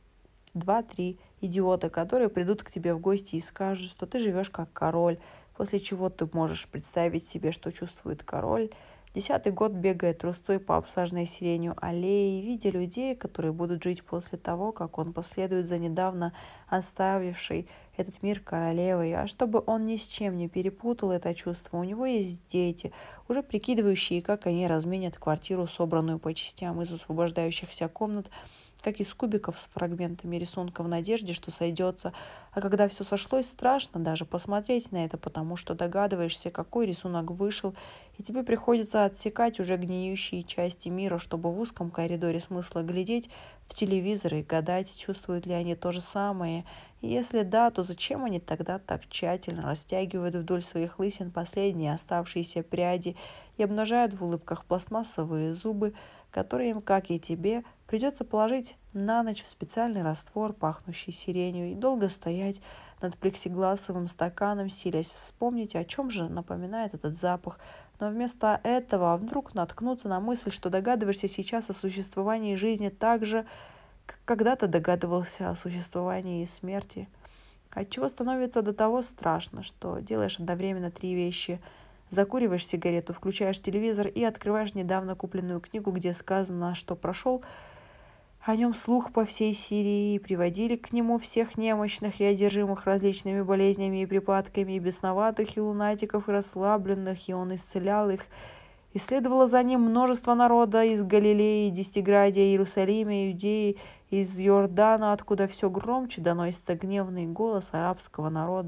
2-3 идиота, которые придут к тебе в гости и скажут, что ты живешь как король, после чего ты можешь представить себе, что чувствует король. 10-й год бегает трусцой по обсаженной сиренью аллее, видя людей, которые будут жить после того, как он последует за недавно оставившей этот мир королевой. А чтобы он ни с чем не перепутал это чувство, у него есть дети, уже прикидывающие, как они разменят квартиру, собранную по частям из освобождающихся комнат, как из кубиков с фрагментами рисунка в надежде, что сойдется. А когда все сошлось, страшно даже посмотреть на это, потому что догадываешься, какой рисунок вышел, и тебе приходится отсекать уже гниющие части мира, чтобы в узком коридоре смысла глядеть в телевизор и гадать, чувствуют ли они то же самое. И если да, то зачем они тогда так тщательно растягивают вдоль своих лысин последние оставшиеся пряди и обнажают в улыбках пластмассовые зубы, которые им, как и тебе, придется положить на ночь в специальный раствор, пахнущий сиренью, и долго стоять над плексигласовым стаканом, силясь вспомнить, о чем же напоминает этот запах. Но вместо этого вдруг наткнуться на мысль, что догадываешься сейчас о существовании жизни так же, как когда-то догадывался о существовании смерти. Отчего становится до того страшно, что делаешь одновременно 3 вещи. Закуриваешь сигарету, включаешь телевизор и открываешь недавно купленную книгу, где сказано, что прошел о нем слух по всей Сирии, и приводили к нему всех немощных и одержимых различными болезнями и припадками, и бесноватых, и лунатиков, и расслабленных, и он исцелял их. И следовало за ним множество народа из Галилеи, Десятиградия, Иерусалима, Иудеи, из Иордана, откуда все громче доносится гневный голос арабского народа.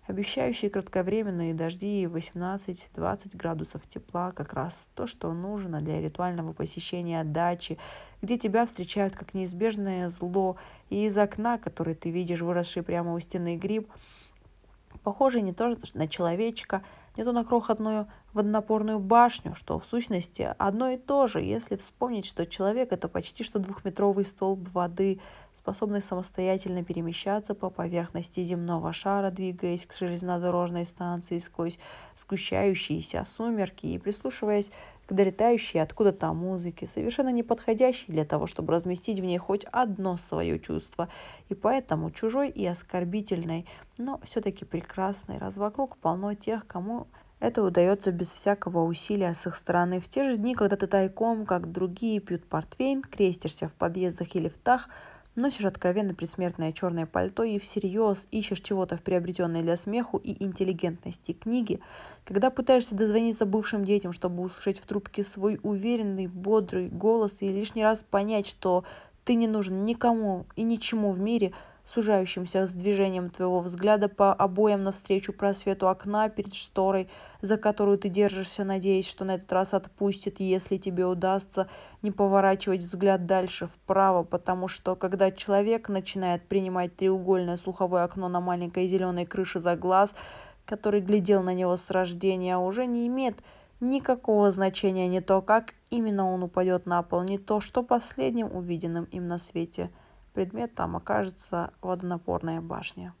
обещающие кратковременные дожди и 18-20 градусов тепла, как раз то, что нужно для ритуального посещения дачи, где тебя встречают как неизбежное зло, и из окна, который ты видишь, выросший прямо у стены гриб, похожий не то на человечка, не то на крохотную водонапорную башню, что в сущности одно и то же, если вспомнить, что человек — это почти что двухметровый столб воды, способный самостоятельно перемещаться по поверхности земного шара, двигаясь к железнодорожной станции сквозь сгущающиеся сумерки и прислушиваясь к долетающей откуда-то музыке, совершенно не подходящей для того, чтобы разместить в ней хоть одно свое чувство, и поэтому чужой и оскорбительной, но все-таки прекрасной, раз вокруг полно тех, кому это удается без всякого усилия с их стороны. В те же дни, когда ты тайком, как другие, пьют портвейн, крестишься в подъездах и лифтах, носишь откровенно предсмертное черное пальто и всерьез ищешь чего-то в приобретенной для смеху и интеллигентности книги, когда пытаешься дозвониться бывшим детям, чтобы услышать в трубке свой уверенный, бодрый голос и лишний раз понять, что ты не нужен никому и ничему в мире, сужающимся с движением твоего взгляда по обоям навстречу просвету окна перед шторой, за которую ты держишься, надеясь, что на этот раз отпустит, если тебе удастся не поворачивать взгляд дальше вправо, потому что, когда человек начинает принимать треугольное слуховое окно на маленькой зеленой крыше за глаз, который глядел на него с рождения, уже не имеет никакого значения не то, как именно он упадет на пол, не то, что последним увиденным им на свете предмет там окажется водонапорная башня.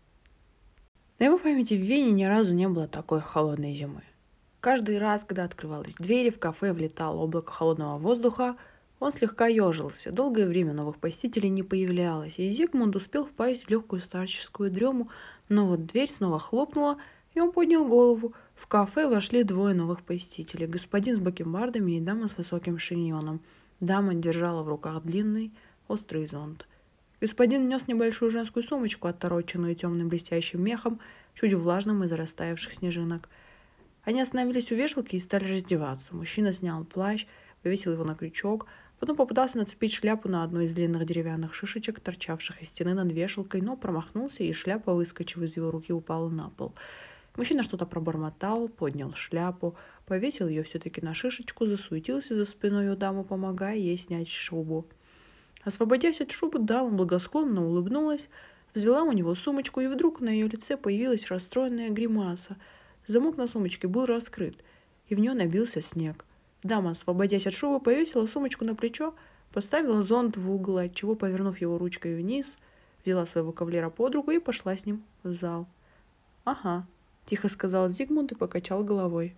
На его памяти в Вене ни разу не было такой холодной зимы. Каждый раз, когда открывалась дверь, в кафе влетало облако холодного воздуха, он слегка ежился. Долгое время новых посетителей не появлялось, и Зигмунд успел впасть в легкую старческую дрему, но вот дверь снова хлопнула, и он поднял голову. В кафе вошли двое новых посетителей: господин с бакенбардами и дама с высоким шиньоном. Дама держала в руках длинный, острый зонт. Господин нес небольшую женскую сумочку, оттороченную темным блестящим мехом, чуть влажным из-за растаявших снежинок. Они остановились у вешалки и стали раздеваться. Мужчина снял плащ, повесил его на крючок, потом попытался нацепить шляпу на одну из длинных деревянных шишечек, торчавших из стены над вешалкой, но промахнулся, и шляпа, выскочив из его руки, упала на пол. Мужчина что-то пробормотал, поднял шляпу, повесил ее все-таки на шишечку, засуетился за спиной у дамы, помогая ей снять шубу. Освободясь от шубы, дама благосклонно улыбнулась, взяла у него сумочку, и вдруг на ее лице появилась расстроенная гримаса. Замок на сумочке был раскрыт, и в нее набился снег. Дама, освободясь от шубы, повесила сумочку на плечо, поставила зонт в угол, отчего, повернув его ручкой вниз, взяла своего кавалера под руку и пошла с ним в зал. «Ага», — тихо сказал Зигмунд и покачал головой.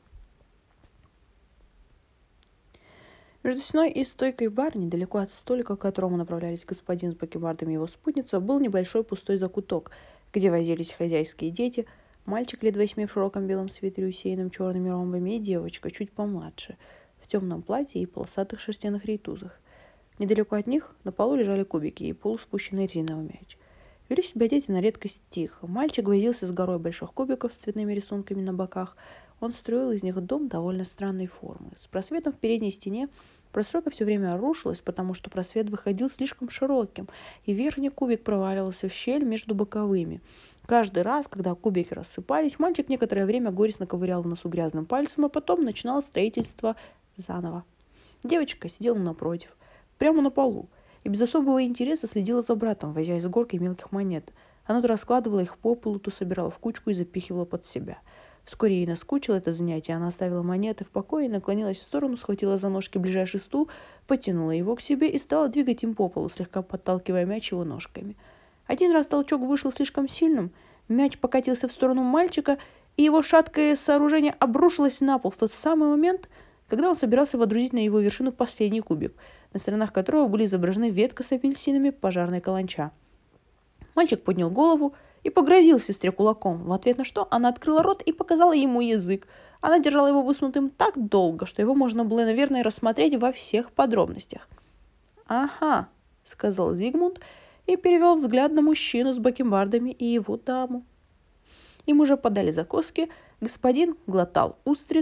Между стеной и стойкой бар, недалеко от столика, к которому направлялись господин с бакенбардами и его спутница, был небольшой пустой закуток, где возились хозяйские дети, мальчик лет 8 в широком белом свитере, усеянном черными ромбами, и девочка, чуть помладше, в темном платье и полосатых шерстяных рейтузах. Недалеко от них на полу лежали кубики и полуспущенный резиновый мяч. Вели себя дети на редкость тихо. Мальчик возился с горой больших кубиков с цветными рисунками на боках. Он строил из них дом довольно странной формы. С просветом в передней стене простройка все время рушилась, потому что просвет выходил слишком широким, и верхний кубик проваливался в щель между боковыми. Каждый раз, когда кубики рассыпались, мальчик некоторое время горестно ковырял в носу грязным пальцем, а потом начинал строительство заново. Девочка сидела напротив, прямо на полу, и без особого интереса следила за братом, возясь с горкой мелких монет. Она то раскладывала их по полу, то собирала в кучку и запихивала под себя. Вскоре ей наскучило это занятие, она оставила монеты в покое, наклонилась в сторону, схватила за ножки ближайший стул, потянула его к себе и стала двигать им по полу, слегка подталкивая мяч его ножками. Один раз толчок вышел слишком сильным, мяч покатился в сторону мальчика, и его шаткое сооружение обрушилось на пол в тот самый момент, когда он собирался водрузить на его вершину последний кубик, на сторонах которого были изображены ветка с апельсинами, пожарная каланча. Мальчик поднял голову и погрозил сестре кулаком, в ответ на что она открыла рот и показала ему язык. Она держала его высунутым так долго, что его можно было, наверное, рассмотреть во всех подробностях. «Ага», — сказал Зигмунд и перевел взгляд на мужчину с бакенбардами и его даму. Им уже подали закуски, господин глотал устриц,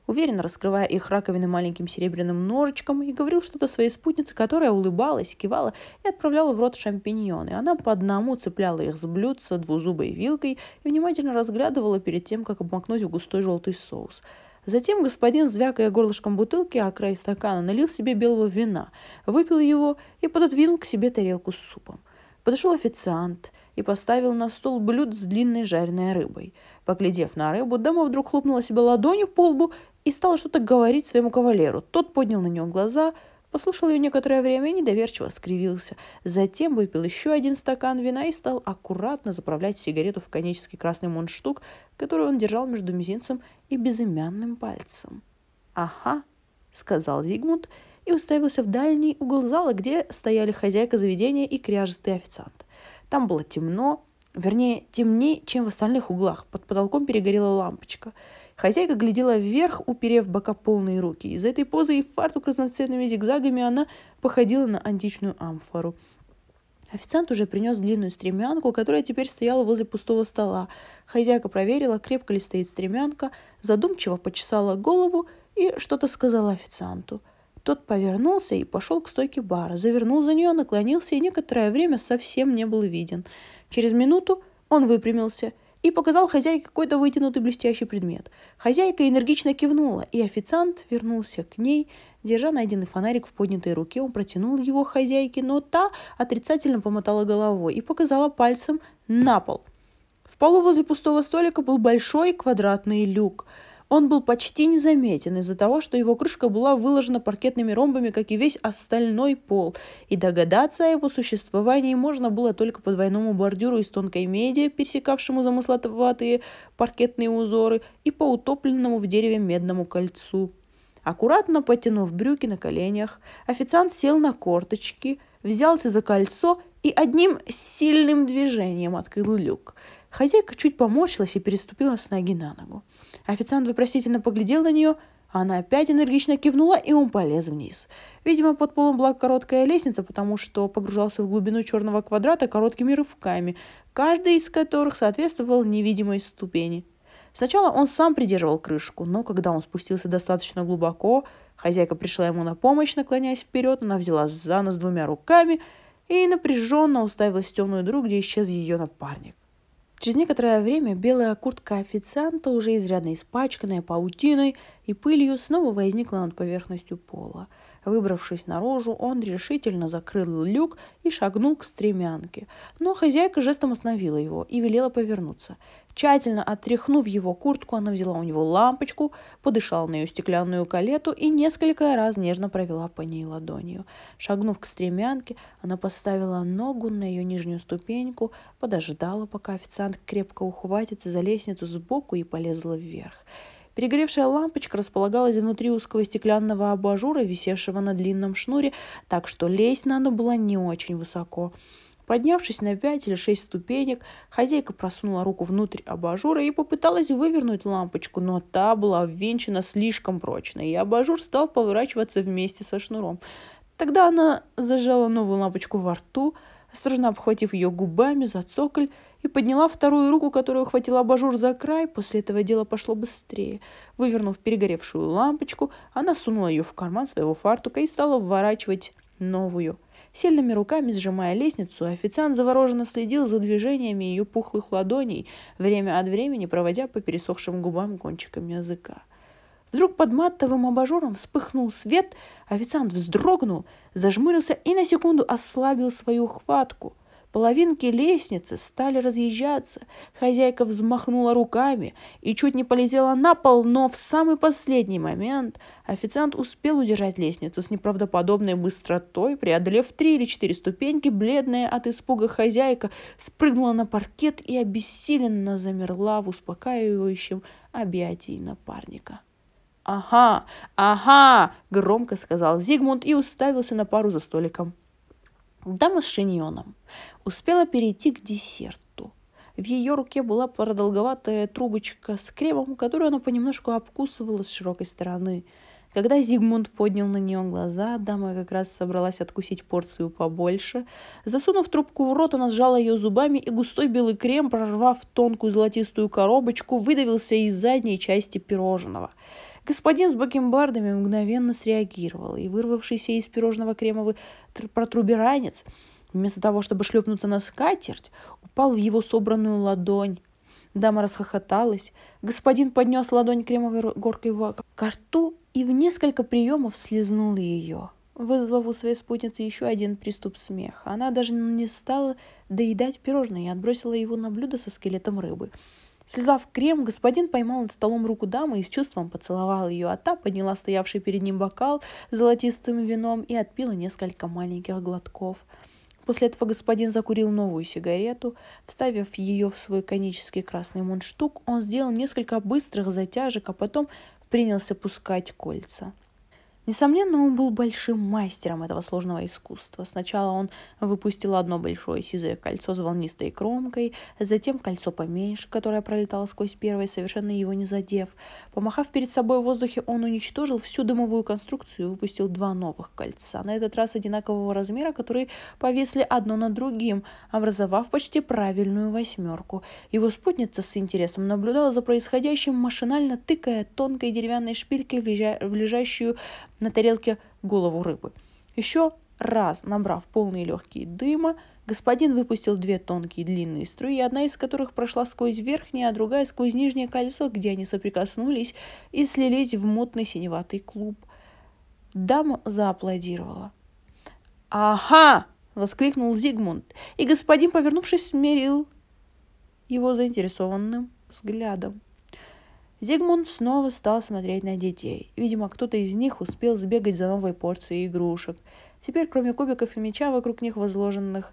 уверенно раскрывая их раковины маленьким серебряным ножичком, и говорил что-то своей спутнице, которая улыбалась, кивала и отправляла в рот шампиньоны. Она по одному цепляла их с блюдца двузубой вилкой и внимательно разглядывала перед тем, как обмакнуть в густой желтый соус. Затем господин, звякая горлышком бутылки о край стакана, налил себе белого вина, выпил его и пододвинул к себе тарелку с супом. Подошел официант и поставил на стол блюдо с длинной жареной рыбой. Поглядев на рыбу, дама вдруг хлопнула себя ладонью по лбу и стала что-то говорить своему кавалеру. Тот поднял на нее глаза, послушал ее некоторое время и недоверчиво скривился. Затем выпил еще один стакан вина и стал аккуратно заправлять сигарету в конический красный мундштук, который он держал между мизинцем и безымянным пальцем. «Ага», — сказал Зигмунд, и уставился в дальний угол зала, где стояли хозяйка заведения и кряжестый официант. Там было темно, вернее, темнее, чем в остальных углах. Под потолком перегорела лампочка. Хозяйка глядела вверх, уперев бока полные руки. Из-за этой позы и фартук разноцветными зигзагами она походила на античную амфору. Официант уже принес длинную стремянку, которая теперь стояла возле пустого стола. Хозяйка проверила, крепко ли стоит стремянка, задумчиво почесала голову и что-то сказала официанту. Тот повернулся и пошел к стойке бара, завернул за нее, наклонился и некоторое время совсем не был виден. Через минуту он выпрямился и показал хозяйке какой-то вытянутый блестящий предмет. Хозяйка энергично кивнула, и официант вернулся к ней, держа найденный фонарик в поднятой руке. Он протянул его хозяйке, но та отрицательно помотала головой и показала пальцем на пол. В полу возле пустого столика был большой квадратный люк. Он был почти незаметен из-за того, что его крышка была выложена паркетными ромбами, как и весь остальной пол, и догадаться о его существовании можно было только по двойному бордюру из тонкой меди, пересекавшему замысловатые паркетные узоры, и по утопленному в дереве медному кольцу. Аккуратно потянув брюки на коленях, официант сел на корточки, взялся за кольцо и одним сильным движением открыл люк. Хозяйка чуть поморщилась и переступила с ноги на ногу. Официант вопросительно поглядел на нее, а она опять энергично кивнула, и он полез вниз. Видимо, под полом была короткая лестница, потому что погружался в глубину черного квадрата короткими рывками, каждый из которых соответствовал невидимой ступени. Сначала он сам придерживал крышку, но когда он спустился достаточно глубоко, хозяйка пришла ему на помощь, наклоняясь вперед, она взяла за нос двумя руками и напряженно уставилась в темную дыру, где исчез ее напарник. Через некоторое время белая куртка официанта, уже изрядно испачканная паутиной и пылью, снова возникла над поверхностью пола. Выбравшись наружу, он решительно закрыл люк и шагнул к стремянке. Но хозяйка жестом остановила его и велела повернуться. Тщательно отряхнув его куртку, она взяла у него лампочку, подышала на ее стеклянную калету и несколько раз нежно провела по ней ладонью. Шагнув к стремянке, она поставила ногу на ее нижнюю ступеньку, подождала, пока официант крепко ухватится за лестницу сбоку и полезла вверх. Перегоревшая лампочка располагалась внутри узкого стеклянного абажура, висевшего на длинном шнуре, так что лезть надо было не очень высоко. Поднявшись на 5 или 6 ступенек, хозяйка просунула руку внутрь абажура и попыталась вывернуть лампочку, но та была ввинчена слишком прочно, и абажур стал поворачиваться вместе со шнуром. Тогда она зажала новую лампочку во рту, осторожно обхватив ее губами за цоколь, и подняла вторую руку, которая ухватила абажур за край. После этого дело пошло быстрее. Вывернув перегоревшую лампочку, она сунула ее в карман своего фартука и стала вворачивать новую. Сильными руками сжимая лестницу, официант завороженно следил за движениями ее пухлых ладоней, время от времени проводя по пересохшим губам кончиком языка. Вдруг под матовым абажуром вспыхнул свет, официант вздрогнул, зажмурился и на секунду ослабил свою хватку. Половинки лестницы стали разъезжаться, хозяйка взмахнула руками и чуть не полетела на пол, но в самый последний момент официант успел удержать лестницу с неправдоподобной быстротой. Преодолев 3 или 4 ступеньки, бледная от испуга хозяйка спрыгнула на паркет и обессиленно замерла в успокаивающем объятии напарника. «Ага, ага!» — громко сказал Зигмунд и уставился на пару за столиком. Дама с шиньоном успела перейти к десерту. В ее руке была продолговатая трубочка с кремом, которую она понемножку обкусывала с широкой стороны. Когда Зигмунд поднял на нее глаза, дама как раз собралась откусить порцию побольше. Засунув трубку в рот, она сжала ее зубами, и густой белый крем, прорвав тонкую золотистую коробочку, выдавился из задней части пирожного. Господин с бакенбардами мгновенно среагировал, и вырвавшийся из пирожного кремовый протруберанец, вместо того, чтобы шлепнуться на скатерть, упал в его собранную ладонь. Дама расхохоталась. Господин поднес ладонь кремовой горкой к рту и в несколько приемов слезнул ее, вызвав у своей спутницы еще один приступ смеха. Она даже не стала доедать пирожное и отбросила его на блюдо со скелетом рыбы. Слезав крем, господин поймал над столом руку дамы и с чувством поцеловал ее, а та подняла стоявший перед ним бокал с золотистым вином и отпила несколько маленьких глотков. После этого господин закурил новую сигарету. Вставив ее в свой конический красный мундштук, он сделал несколько быстрых затяжек, а потом принялся пускать кольца. Несомненно, он был большим мастером этого сложного искусства. Сначала он выпустил одно большое сизое кольцо с волнистой кромкой, затем кольцо поменьше, которое пролетало сквозь первое, совершенно его не задев. Помахав перед собой в воздухе, он уничтожил всю дымовую конструкцию и выпустил два новых кольца, на этот раз одинакового размера, которые повисли одно над другим, образовав почти правильную восьмерку. Его спутница с интересом наблюдала за происходящим, машинально тыкая тонкой деревянной шпилькой в лежащую на тарелке голову рыбы. Еще раз набрав полные легкие дыма, господин выпустил две тонкие длинные струи, одна из которых прошла сквозь верхнее, а другая сквозь нижнее кольцо, где они соприкоснулись и слились в мутный синеватый клуб. Дама зааплодировала. «Ага!» — воскликнул Зигмунд, и господин, повернувшись, смерил его заинтересованным взглядом. Зигмунд снова стал смотреть на детей. Видимо, кто-то из них успел сбегать за новой порцией игрушек. Теперь, кроме кубиков и мяча, вокруг них возложенных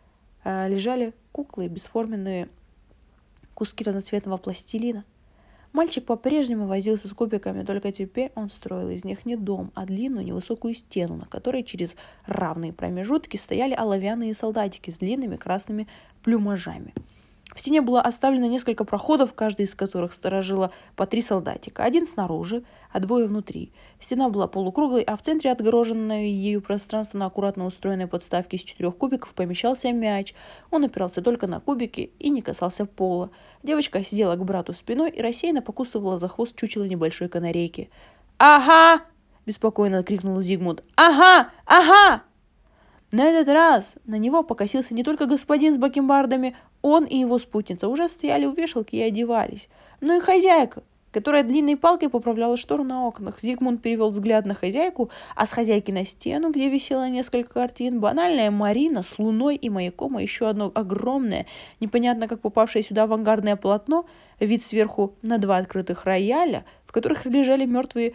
лежали куклы и бесформенные куски разноцветного пластилина. Мальчик по-прежнему возился с кубиками, только теперь он строил из них не дом, а длинную невысокую стену, на которой через равные промежутки стояли оловянные солдатики с длинными красными плюмажами. В стене было оставлено несколько проходов, каждый из которых сторожило по 3 солдатика. Один снаружи, а 2 внутри. Стена была полукруглой, а в центре отгороженное ею пространство на аккуратно устроенной подставке из 4 кубиков помещался мяч. Он опирался только на кубики и не касался пола. Девочка сидела к брату спиной и рассеянно покусывала за хвост чучело небольшой канарейки. «Ага!» – беспокойно крикнул Зигмунд. «Ага! Ага!» На этот раз на него покосился не только господин с бакенбардами, он и его спутница уже стояли у вешалки и одевались, но и хозяйка, которая длинной палкой поправляла шторы на окнах. Зигмунд перевел взгляд на хозяйку, а с хозяйки на стену, где висело несколько картин, банальная Марина с луной и маяком, а еще одно огромное, непонятно как попавшее сюда авангардное полотно, вид сверху на 2 открытых рояля, в которых лежали мертвые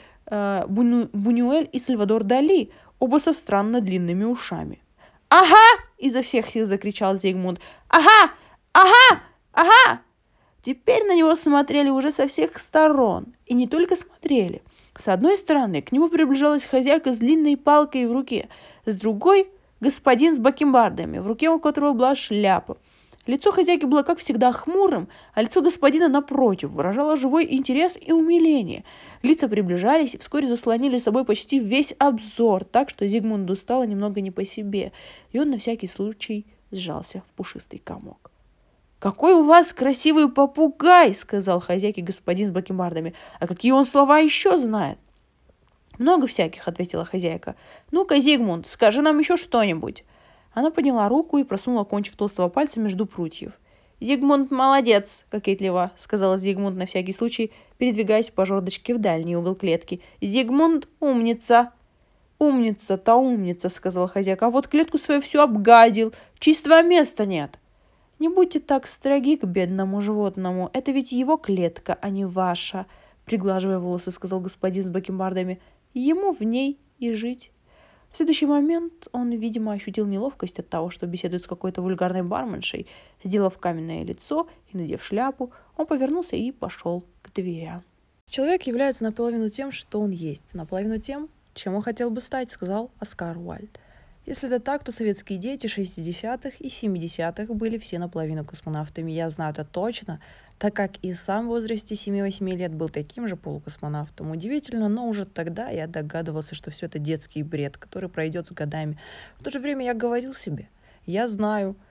Бунюэль и Сальвадор Дали, оба со странно длинными ушами. «Ага!» – изо всех сил закричал Зигмунд. «Ага! Ага! Ага!» Теперь на него смотрели уже со всех сторон. И не только смотрели. С одной стороны к нему приближалась хозяйка с длинной палкой в руке. С другой – господин с бакенбардами, в руке у которого была шляпа. Лицо хозяйки было, как всегда, хмурым, а лицо господина, напротив, выражало живой интерес и умиление. Лица приближались и вскоре заслонили собой почти весь обзор, так что Зигмунду стало немного не по себе, и он на всякий случай сжался в пушистый комок. «Какой у вас красивый попугай!» — сказал хозяйке господин с бакенбардами. «А какие он слова еще знает?» «Много всяких», — ответила хозяйка. «Ну-ка, Зигмунд, скажи нам еще что-нибудь». Она подняла руку и просунула кончик толстого пальца между прутьев. «Зигмунд молодец!» — кокетливо сказала Зигмунд на всякий случай, передвигаясь по жердочке в дальний угол клетки. «Зигмунд умница!» «Умница-то умница!» — сказала хозяйка. «А вот клетку свою всю обгадил. Чистого места нет!» «Не будьте так строги к бедному животному. Это ведь его клетка, а не ваша!» — приглаживая волосы, сказал господин с бакенбардами. «Ему в ней и жить». В следующий момент он, видимо, ощутил неловкость от того, что беседует с какой-то вульгарной барменшей. Сделав каменное лицо и надев шляпу, он повернулся и пошел к дверям. «Человек является наполовину тем, что он есть, наполовину тем, чем он хотел бы стать», — сказал Оскар Уайльд. Если это так, то советские дети 60-х и 70-х были все наполовину космонавтами. Я знаю это точно, так как и сам в возрасте 7-8 лет был таким же полукосмонавтом. Удивительно, но уже тогда я догадывался, что все это детский бред, который пройдет с годами. В то же время я говорил себе, я знаю,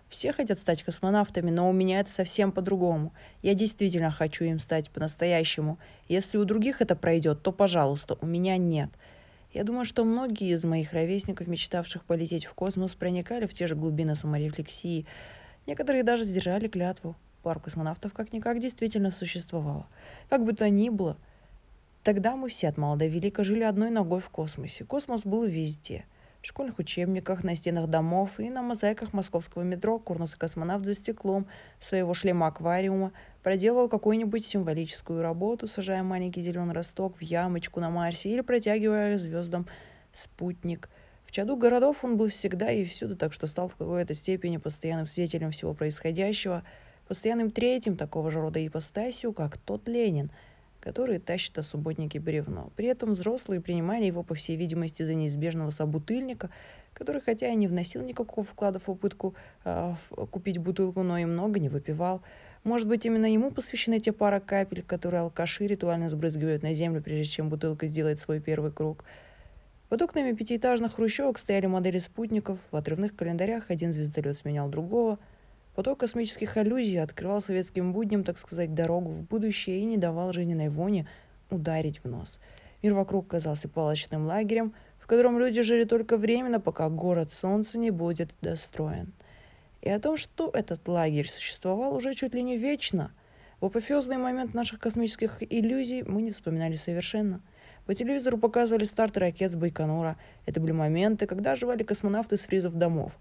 Все хотят стать космонавтами, но у меня это совсем по-другому. Я действительно хочу им стать по-настоящему. Если у других это пройдет, то, пожалуйста, у меня нет. Я думаю, что многие из моих ровесников, мечтавших полететь в космос, проникали в те же глубины саморефлексии. Некоторые даже сдержали клятву. Пару космонавтов как-никак действительно существовало. Как бы то ни было, тогда мы все от мала до велика жили одной ногой в космосе. Космос был везде. В школьных учебниках, на стенах домов и на мозаиках московского метро курносый-космонавт за стеклом своего шлема-аквариума проделал какую-нибудь символическую работу, сажая маленький зеленый росток в ямочку на Марсе или протягивая звездам спутник. В чаду городов он был всегда и всюду, так что стал в какой-то степени постоянным свидетелем всего происходящего, постоянным третьим такого же рода ипостасью, как тот Ленин, который тащит о субботнике бревно. При этом взрослые принимали его, по всей видимости, за неизбежного собутыльника, который, хотя и не вносил никакого вклада в попытку купить бутылку, но и много не выпивал. Может быть, именно ему посвящены те пара капель, которые алкаши ритуально сбрызгивают на землю, прежде чем бутылка сделает свой первый круг. Под окнами пятиэтажных хрущевок стояли модели спутников, в отрывных календарях один звездолет сменял другого. Поток космических аллюзий открывал советским будням, так сказать, дорогу в будущее и не давал жизненной воне ударить в нос. Мир вокруг казался палочным лагерем, в котором люди жили только временно, пока город солнца не будет достроен. И о том, что этот лагерь существовал уже чуть ли не вечно. В апофеозный момент наших космических иллюзий мы не вспоминали совершенно. По телевизору показывали старты ракет с Байконура. Это были моменты, когда оживали космонавты с фризов домов.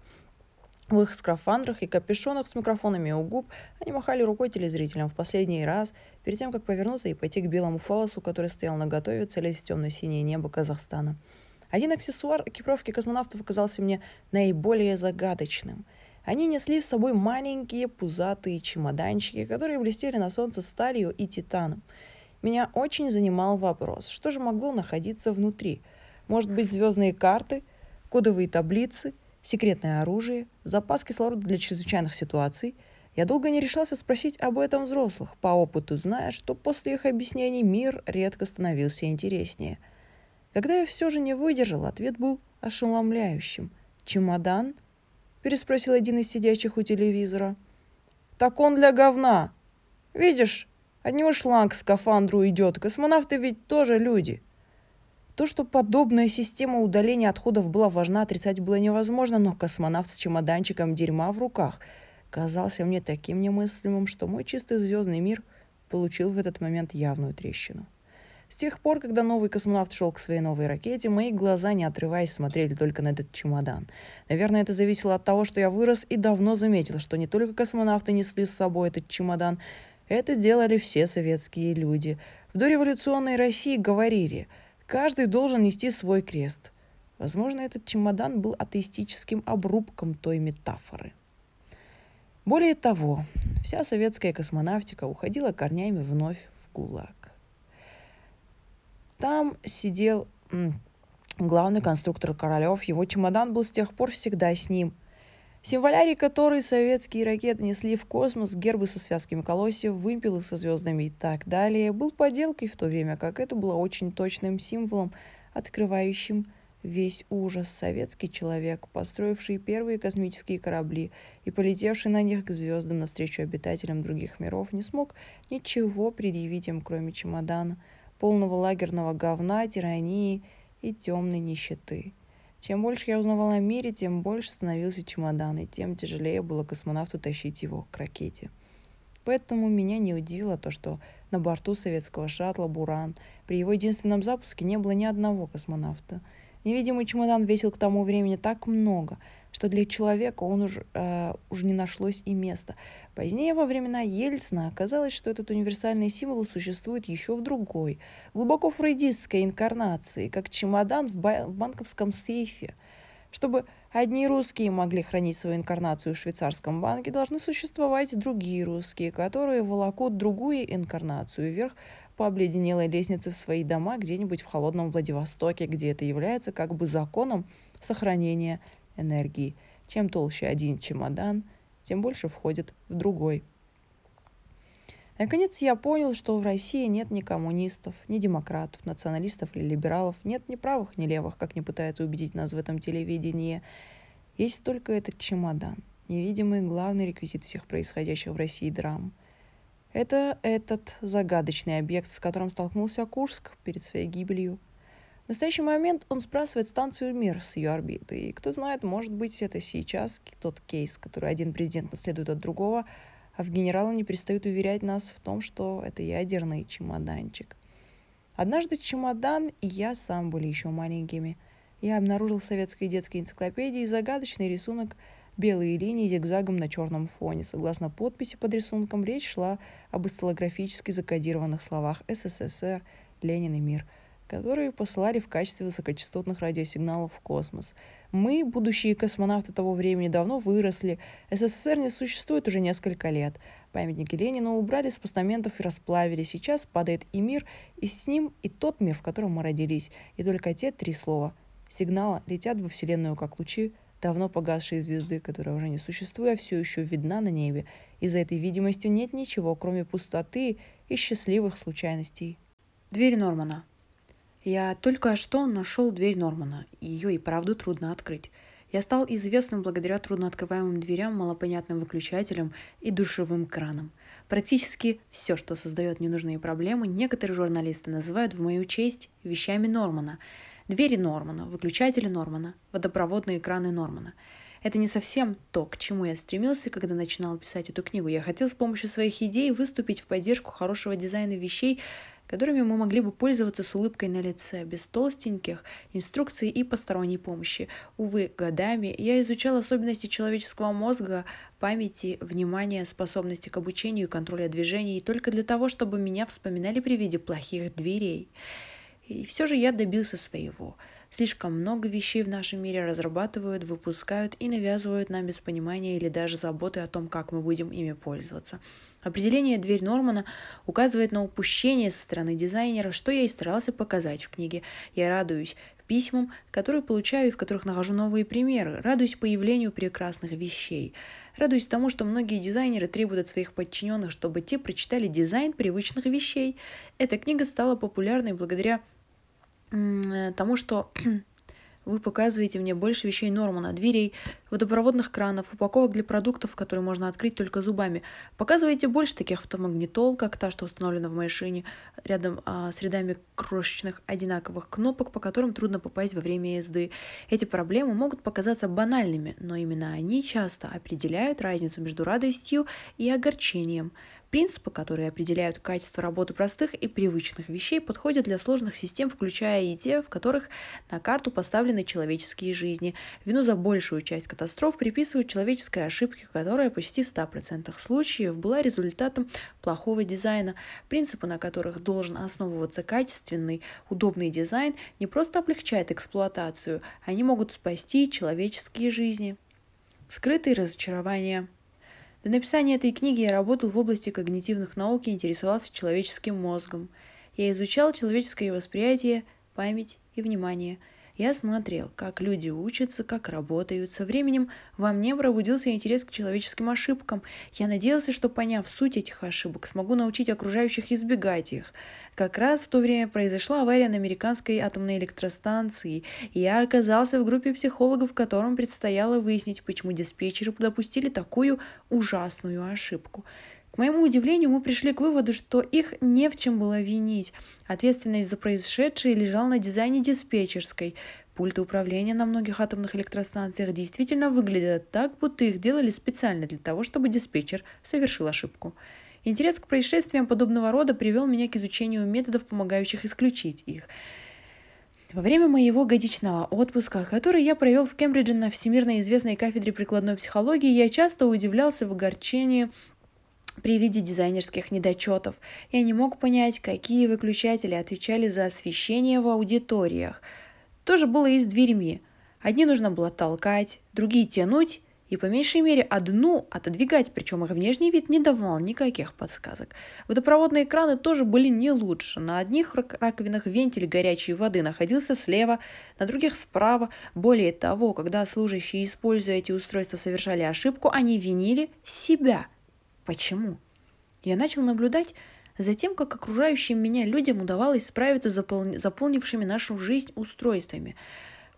В их скафандрах и капюшонах с микрофонами у губ они махали рукой телезрителям в последний раз, перед тем, как повернуться и пойти к белому фалосу, который стоял наготове, целясь в темно-синее небо Казахстана. Один аксессуар экипировки космонавтов оказался мне наиболее загадочным. Они несли с собой маленькие пузатые чемоданчики, которые блестели на солнце сталью и титаном. Меня очень занимал вопрос, что же могло находиться внутри? Может быть, звездные карты, кодовые таблицы, секретное оружие, запас кислорода для чрезвычайных ситуаций. Я долго не решался спросить об этом взрослых, по опыту зная, что после их объяснений мир редко становился интереснее. Когда я все же не выдержал, ответ был ошеломляющим. «Чемодан?» — переспросил один из сидящих у телевизора. «Так он для говна. Видишь, от него шланг к скафандру идет. Космонавты ведь тоже люди». То, что подобная система удаления отходов была важна, отрицать было невозможно, но космонавт с чемоданчиком дерьма в руках казался мне таким немыслимым, что мой чистый звездный мир получил в этот момент явную трещину. С тех пор, когда новый космонавт шел к своей новой ракете, мои глаза, не отрываясь, смотрели только на этот чемодан. Наверное, это зависело от того, что я вырос и давно заметил, что не только космонавты несли с собой этот чемодан, это делали все советские люди. В дореволюционной России говорили: каждый должен нести свой крест. Возможно, этот чемодан был атеистическим обрубком той метафоры. Более того, вся советская космонавтика уходила корнями вновь в ГУЛАГ. Там сидел главный конструктор Королев. Его чемодан был с тех пор всегда с ним. Символярий, который советские ракеты несли в космос, гербы со связками колосьев, вымпелы со звездами и так далее, был подделкой, в то время как это было очень точным символом, открывающим весь ужас. Советский человек, построивший первые космические корабли и полетевший на них к звездам навстречу обитателям других миров, не смог ничего предъявить им, кроме чемодана, полного лагерного говна, тирании и темной нищеты. Чем больше я узнавал о мире, тем больше становился чемодан, и тем тяжелее было космонавту тащить его к ракете. Поэтому меня не удивило то, что на борту советского шаттла «Буран» при его единственном запуске не было ни одного космонавта. Невидимый чемодан весил к тому времени так много, что для человека он уже не нашлось и места. Позднее, во времена Ельцина, оказалось, что этот универсальный символ существует еще в другой, глубоко фрейдистской инкарнации, как чемодан в банковском сейфе. Чтобы одни русские могли хранить свою инкарнацию в швейцарском банке, должны существовать другие русские, которые волокут другую инкарнацию вверх по обледенелой лестнице в свои дома где-нибудь в холодном Владивостоке, где это является как бы законом сохранения энергии. Чем толще один чемодан, тем больше входит в другой. Наконец я понял, что в России нет ни коммунистов, ни демократов, националистов или либералов, нет ни правых, ни левых, как не пытаются убедить нас в этом телевидении. Есть только этот чемодан. невидимый главный реквизит всех происходящих в России драм. Это этот загадочный объект, с которым столкнулся Курск перед своей гибелью. В настоящий момент он сбрасывает станцию «Мир» с ее орбиты. И кто знает, может быть, это сейчас тот кейс, который один президент наследует от другого, а в генералы не перестают уверять нас в том, что это ядерный чемоданчик. Однажды чемодан и я сам были еще маленькими. Я обнаружил в советской детской энциклопедии загадочный рисунок белые линии зигзагом на черном фоне. Согласно подписи под рисунком, речь шла об осциллографически закодированных словах «СССР», «Ленин» и «Мир», которые посылали в качестве высокочастотных радиосигналов в космос. Мы, будущие космонавты того времени, давно выросли. СССР не существует уже несколько лет. Памятники Ленину убрали с постаментов и расплавили. Сейчас падает и мир, и с ним и тот мир, в котором мы родились. И только те 3 слова сигнала летят во Вселенную, как лучи давно погасшей звезды, которая уже не существует, а все еще видна на небе. И за этой видимостью нет ничего, кроме пустоты и счастливых случайностей. Дверь Нормана. Я только что нашел дверь Нормана, и ее и правду трудно открыть. Я стал известным благодаря труднооткрываемым дверям, малопонятным выключателям и душевым кранам. Практически все, что создает ненужные проблемы, некоторые журналисты называют в мою честь вещами Нормана. Двери Нормана, выключатели Нормана, водопроводные краны Нормана. Это не совсем то, к чему я стремился, когда начинал писать эту книгу. Я хотел с помощью своих идей выступить в поддержку хорошего дизайна вещей, которыми мы могли бы пользоваться с улыбкой на лице, без толстеньких инструкций и посторонней помощи. Увы, годами я изучал особенности человеческого мозга, памяти, внимания, способности к обучению и контроля движений, только для того, чтобы меня вспоминали при виде плохих дверей. И все же я добился своего. Слишком много вещей в нашем мире разрабатывают, выпускают и навязывают нам без понимания или даже заботы о том, как мы будем ими пользоваться. Определение «дверь Нормана» указывает на упущение со стороны дизайнера, что я и старался показать в книге. Я радуюсь письмам, которые получаю и в которых нахожу новые примеры, радуюсь появлению прекрасных вещей. Радуюсь тому, что многие дизайнеры требуют от своих подчиненных, чтобы те прочитали дизайн привычных вещей. Эта книга стала популярной благодаря тому, что вы показываете мне больше вещей Нормана, дверей, водопроводных кранов, упаковок для продуктов, которые можно открыть только зубами. Показываете больше таких автомагнитол, как та, что установлена в машине, рядом с рядами крошечных одинаковых кнопок, по которым трудно попасть во время езды. Эти проблемы могут показаться банальными, но именно они часто определяют разницу между радостью и огорчением. Принципы, которые определяют качество работы простых и привычных вещей, подходят для сложных систем, включая и те, в которых на карту поставлены человеческие жизни. Вину за большую часть катастроф приписывают человеческой ошибке, которая почти в 100% случаев была результатом плохого дизайна. Принципы, на которых должен основываться качественный, удобный дизайн, не просто облегчают эксплуатацию, они могут спасти человеческие жизни. Скрытые разочарования. До написания этой книги я работал в области когнитивных наук и интересовался человеческим мозгом. Я изучал человеческое восприятие, память и внимание. Я смотрел, как люди учатся, как работают. Со временем во мне пробудился интерес к человеческим ошибкам. Я надеялся, что, поняв суть этих ошибок, смогу научить окружающих избегать их. Как раз в то время произошла авария на американской атомной электростанции, и я оказался в группе психологов, которым предстояло выяснить, почему диспетчеры допустили такую ужасную ошибку. К моему удивлению, мы пришли к выводу, что их не в чем было винить. Ответственность за происшедшее лежала на дизайне диспетчерской. Пульты управления на многих атомных электростанциях действительно выглядят так, будто их делали специально для того, чтобы диспетчер совершил ошибку. Интерес к происшествиям подобного рода привел меня к изучению методов, помогающих исключить их. Во время моего годичного отпуска, который я провел в Кембридже на всемирно известной кафедре прикладной психологии, я часто удивлялся в огорчении при виде дизайнерских недочетов. Я не мог понять, какие выключатели отвечали за освещение в аудиториях. То же было и с дверьми. Одни нужно было толкать, другие тянуть, и по меньшей мере одну отодвигать, причем их внешний вид не давал никаких подсказок. Водопроводные краны тоже были не лучше. На одних раковинах вентиль горячей воды находился слева, на других справа. Более того, когда служащие, используя эти устройства, совершали ошибку, они винили себя. Почему? Я начал наблюдать за тем, как окружающим меня людям удавалось справиться с заполнившими нашу жизнь устройствами.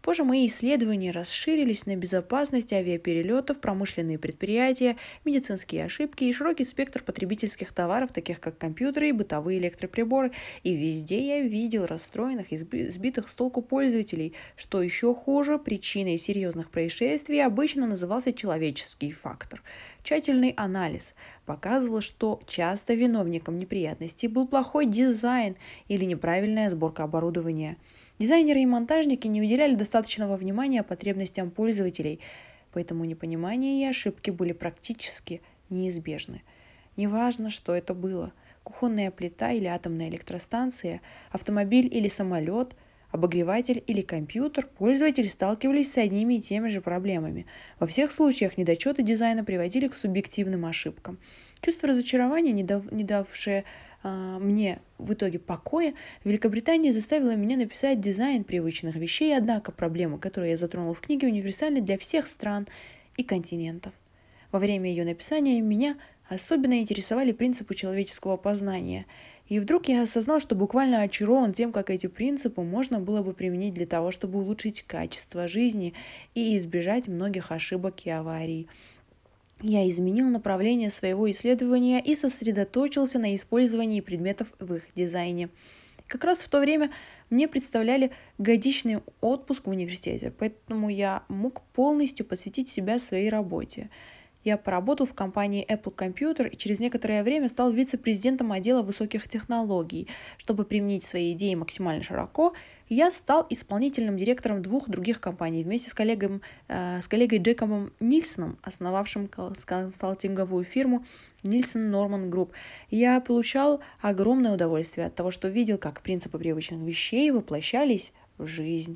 Позже мои исследования расширились на безопасность авиаперелетов, промышленные предприятия, медицинские ошибки и широкий спектр потребительских товаров, таких как компьютеры и бытовые электроприборы. И везде я видел расстроенных и сбитых с толку пользователей. Что еще хуже, причиной серьезных происшествий обычно назывался человеческий фактор. Тщательный анализ показывал, что часто виновником неприятностей был плохой дизайн или неправильная сборка оборудования. Дизайнеры и монтажники не уделяли достаточного внимания потребностям пользователей, поэтому непонимание и ошибки были практически неизбежны. Неважно, что это было – кухонная плита или атомная электростанция, автомобиль или самолет, обогреватель или компьютер, пользователи сталкивались с одними и теми же проблемами. Во всех случаях недочеты дизайна приводили к субъективным ошибкам. Чувство разочарования, не давшее мне в итоге покоя, в Великобритании заставило меня написать дизайн привычных вещей, однако проблемы, которые я затронул в книге, универсальны для всех стран и континентов. Во время ее написания меня особенно интересовали принципы человеческого познания. И вдруг я осознал, что буквально очарован тем, как эти принципы можно было бы применить для того, чтобы улучшить качество жизни и избежать многих ошибок и аварий. Я изменил направление своего исследования и сосредоточился на использовании предметов в их дизайне. Как раз в то время мне представляли годичный отпуск в университете, поэтому я мог полностью посвятить себя своей работе. Я поработал в компании Apple Computer и через некоторое время стал вице-президентом отдела высоких технологий. Чтобы применить свои идеи максимально широко, я стал исполнительным директором 2 других компаний вместе с коллегой Джекобом Нильсоном, основавшим консалтинговую фирму Nielsen Norman Group. Я получал огромное удовольствие от того, что видел, как принципы привычных вещей воплощались в жизнь.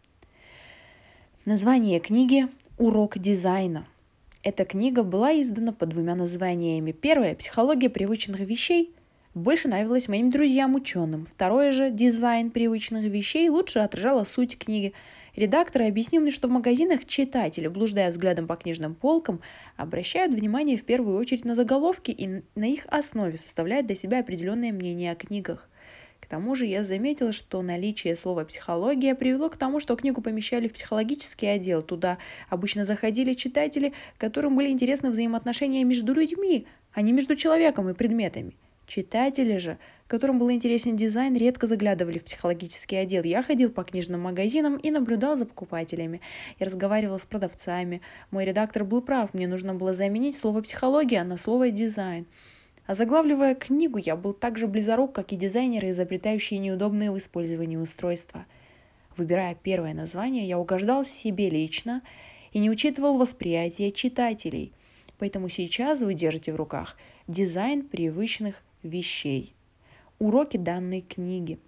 Название книги «Урок дизайна». Эта книга была издана под 2 названиями. Первое – «Психология привычных вещей». Больше нравилось моим друзьям-ученым. Второе же – «Дизайн привычных вещей» лучше отражало суть книги. Редакторы объяснили мне, что в магазинах читатели, блуждая взглядом по книжным полкам, обращают внимание в первую очередь на заголовки и на их основе составляют для себя определенное мнение о книгах. К тому же я заметила, что наличие слова «психология» привело к тому, что книгу помещали в психологический отдел. Туда обычно заходили читатели, которым были интересны взаимоотношения между людьми, а не между человеком и предметами. Читатели же, которым был интересен дизайн, редко заглядывали в психологический отдел. Я ходил по книжным магазинам и наблюдал за покупателями. Я разговаривал с продавцами. Мой редактор был прав, мне нужно было заменить слово «психология» на слово «дизайн». Озаглавливая книгу, я был так же близорук, как и дизайнеры, изобретающие неудобные в использовании устройства. Выбирая первое название, я угождал себе лично и не учитывал восприятие читателей. Поэтому сейчас вы держите в руках дизайн привычных вещей. Уроки данной книги.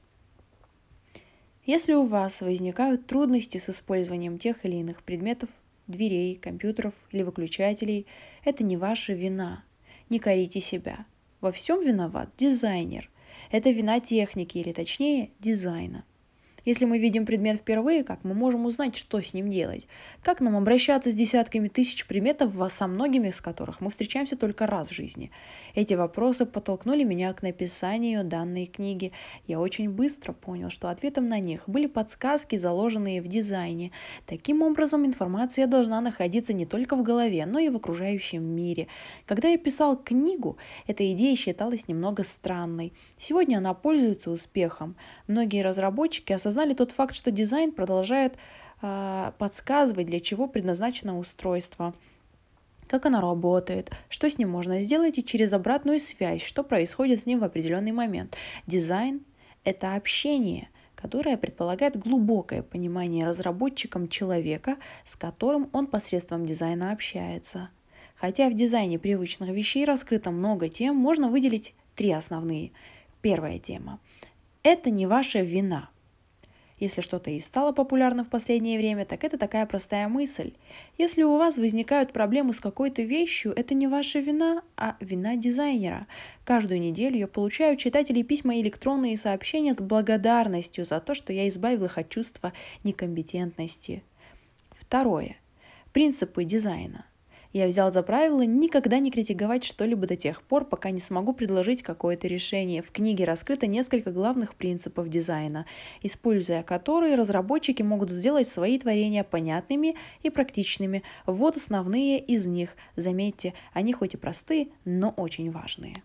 Если у вас возникают трудности с использованием тех или иных предметов, дверей, компьютеров или выключателей, это не ваша вина. Не корите себя. Во всем виноват дизайнер. Это вина техники, или точнее дизайна. Если мы видим предмет впервые, как мы можем узнать, что с ним делать? Как нам обращаться с десятками тысяч предметов, со многими из которых мы встречаемся только раз в жизни? Эти вопросы подтолкнули меня к написанию данной книги. Я очень быстро понял, что ответом на них были подсказки, заложенные в дизайне. Таким образом, информация должна находиться не только в голове, но и в окружающем мире. Когда я писал книгу, эта идея считалась немного странной. Сегодня она пользуется успехом. Многие разработчики осознали тот факт, что дизайн продолжает подсказывать, для чего предназначено устройство, как оно работает, что с ним можно сделать и через обратную связь, что происходит с ним в определенный момент. Дизайн – это общение, которое предполагает глубокое понимание разработчиком человека, с которым он посредством дизайна общается. Хотя в дизайне привычных вещей раскрыто много тем, можно выделить 3 основные. Первая тема – это не ваша вина. Если что-то и стало популярно в последнее время, так это такая простая мысль. Если у вас возникают проблемы с какой-то вещью, это не ваша вина, а вина дизайнера. Каждую неделю я получаю от читателей письма и электронные сообщения с благодарностью за то, что я избавил их от чувства некомпетентности. Второе. Принципы дизайна. Я взял за правило никогда не критиковать что-либо до тех пор, пока не смогу предложить какое-то решение. В книге раскрыто несколько главных принципов дизайна, используя которые разработчики могут сделать свои творения понятными и практичными. Вот основные из них. Заметьте, они хоть и простые, но очень важные.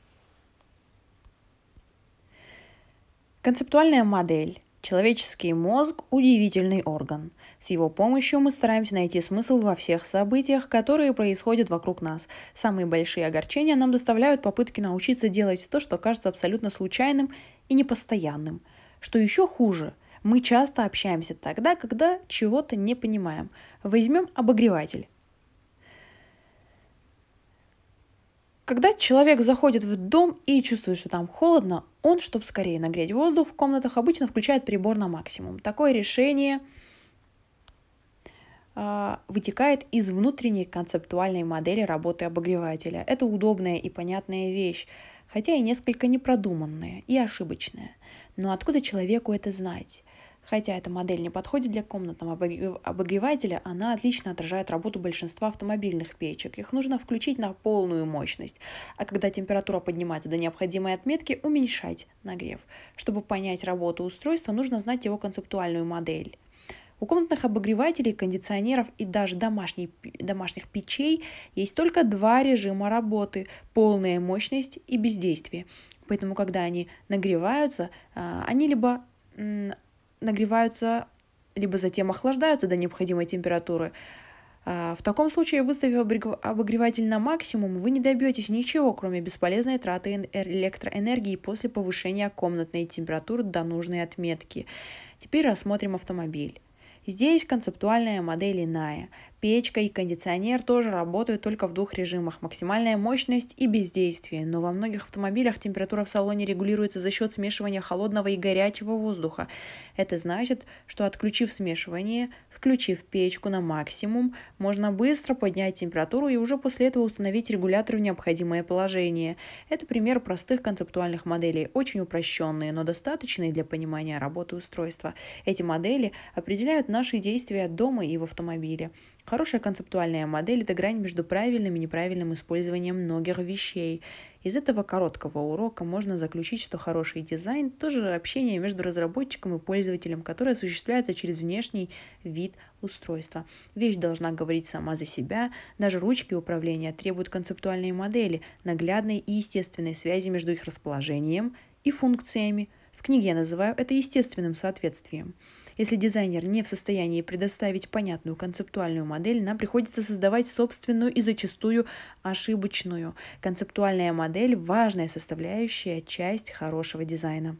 Концептуальная модель. Человеческий мозг – удивительный орган. С его помощью мы стараемся найти смысл во всех событиях, которые происходят вокруг нас. Самые большие огорчения нам доставляют попытки научиться делать то, что кажется абсолютно случайным и непостоянным. Что еще хуже, мы часто общаемся тогда, когда чего-то не понимаем. Возьмем обогреватель. Когда человек заходит в дом и чувствует, что там холодно, он, чтобы скорее нагреть воздух в комнатах, обычно включает прибор на максимум. Такое решение вытекает из внутренней концептуальной модели работы обогревателя. Это удобная и понятная вещь, хотя и несколько непродуманная и ошибочная. Но откуда человеку это знать? Хотя эта модель не подходит для комнатного обогревателя, она отлично отражает работу большинства автомобильных печек. Их нужно включить на полную мощность, а когда температура поднимается до необходимой отметки, уменьшать нагрев. Чтобы понять работу устройства, нужно знать его концептуальную модель. У комнатных обогревателей, кондиционеров и даже домашних печей есть только два режима работы – полная мощность и бездействие. Поэтому, когда они нагреваются, они либо нагреваются, либо затем охлаждаются до необходимой температуры. В таком случае, выставив обогреватель на максимум, вы не добьетесь ничего, кроме бесполезной траты электроэнергии после повышения комнатной температуры до нужной отметки. Теперь рассмотрим автомобиль. Здесь концептуальная модель иная. Печка и кондиционер тоже работают только в двух режимах – максимальная мощность и бездействие. Но во многих автомобилях температура в салоне регулируется за счет смешивания холодного и горячего воздуха. Это значит, что отключив смешивание, включив печку на максимум, можно быстро поднять температуру и уже после этого установить регулятор в необходимое положение. Это пример простых концептуальных моделей, очень упрощенные, но достаточные для понимания работы устройства. Эти модели определяют наши действия дома и в автомобиле. Хорошая концептуальная модель – это грань между правильным и неправильным использованием многих вещей. Из этого короткого урока можно заключить, что хороший дизайн – тоже общение между разработчиком и пользователем, которое осуществляется через внешний вид устройства. Вещь должна говорить сама за себя, даже ручки управления требуют концептуальной модели, наглядной и естественной связи между их расположением и функциями. В книге я называю это естественным соответствием. Если дизайнер не в состоянии предоставить понятную концептуальную модель, нам приходится создавать собственную и зачастую ошибочную. Концептуальная модель – важная составляющая часть хорошего дизайна.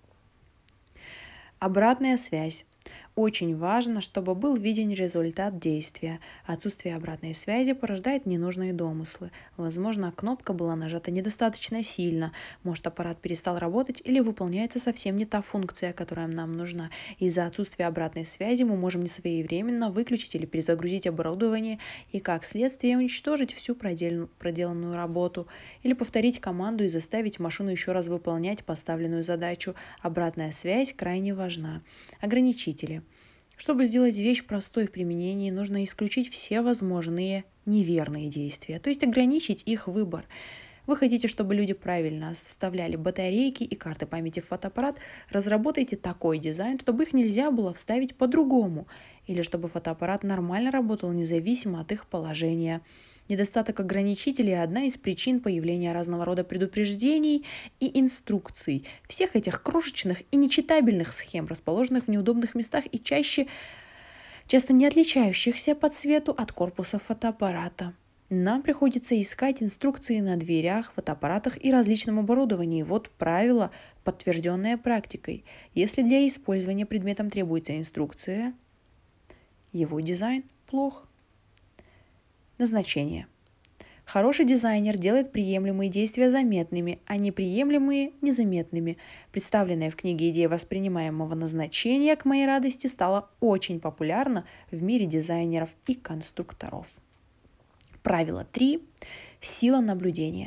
Обратная связь. Очень важно, чтобы был виден результат действия. Отсутствие обратной связи порождает ненужные домыслы. Возможно, кнопка была нажата недостаточно сильно, может, аппарат перестал работать или выполняется совсем не та функция, которая нам нужна. Из-за отсутствия обратной связи мы можем несвоевременно выключить или перезагрузить оборудование и, как следствие, уничтожить всю проделанную работу или повторить команду и заставить машину еще раз выполнять поставленную задачу. Обратная связь крайне важна. Ограничители. Чтобы сделать вещь простой в применении, нужно исключить все возможные неверные действия, то есть ограничить их выбор. Вы хотите, чтобы люди правильно вставляли батарейки и карты памяти в фотоаппарат? Разработайте такой дизайн, чтобы их нельзя было вставить по-другому, или чтобы фотоаппарат нормально работал независимо от их положения. Недостаток ограничителей – одна из причин появления разного рода предупреждений и инструкций. Всех этих крошечных и нечитабельных схем, расположенных в неудобных местах и часто не отличающихся по цвету от корпуса фотоаппарата. Нам приходится искать инструкции на дверях, фотоаппаратах и различном оборудовании. Вот правило, подтвержденное практикой. Если для использования предметом требуется инструкция, его дизайн плох. Назначение. Хороший дизайнер делает приемлемые действия заметными, а неприемлемые – незаметными. Представленная в книге идея воспринимаемого назначения, к моей радости, стала очень популярна в мире дизайнеров и конструкторов. Правило 3. Сила наблюдения.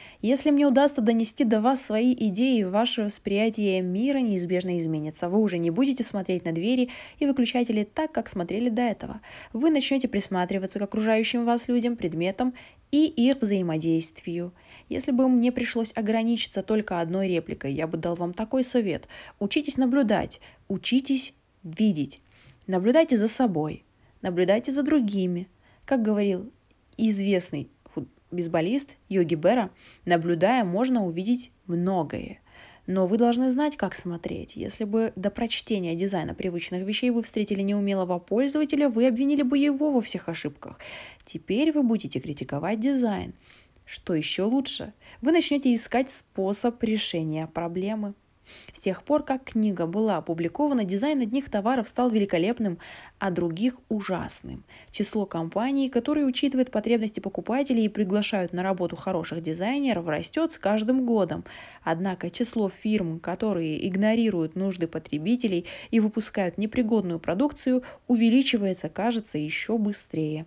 Если мне удастся донести до вас свои идеи, ваше восприятие мира неизбежно изменится. Вы уже не будете смотреть на двери и выключатели так, как смотрели до этого. Вы начнете присматриваться к окружающим вас людям, предметам и их взаимодействию. Если бы мне пришлось ограничиться только одной репликой, я бы дал вам такой совет. Учитесь наблюдать, учитесь видеть. Наблюдайте за собой, наблюдайте за другими. Как говорил известный бейсболист Йоги Берра, наблюдая, можно увидеть многое. Но вы должны знать, как смотреть. Если бы до прочтения дизайна привычных вещей вы встретили неумелого пользователя, вы обвинили бы его во всех ошибках. Теперь вы будете критиковать дизайн. Что еще лучше? Вы начнете искать способ решения проблемы. С тех пор, как книга была опубликована, дизайн одних товаров стал великолепным, а других ужасным. Число компаний, которые учитывают потребности покупателей и приглашают на работу хороших дизайнеров, растет с каждым годом. Однако число фирм, которые игнорируют нужды потребителей и выпускают непригодную продукцию, увеличивается, кажется, еще быстрее.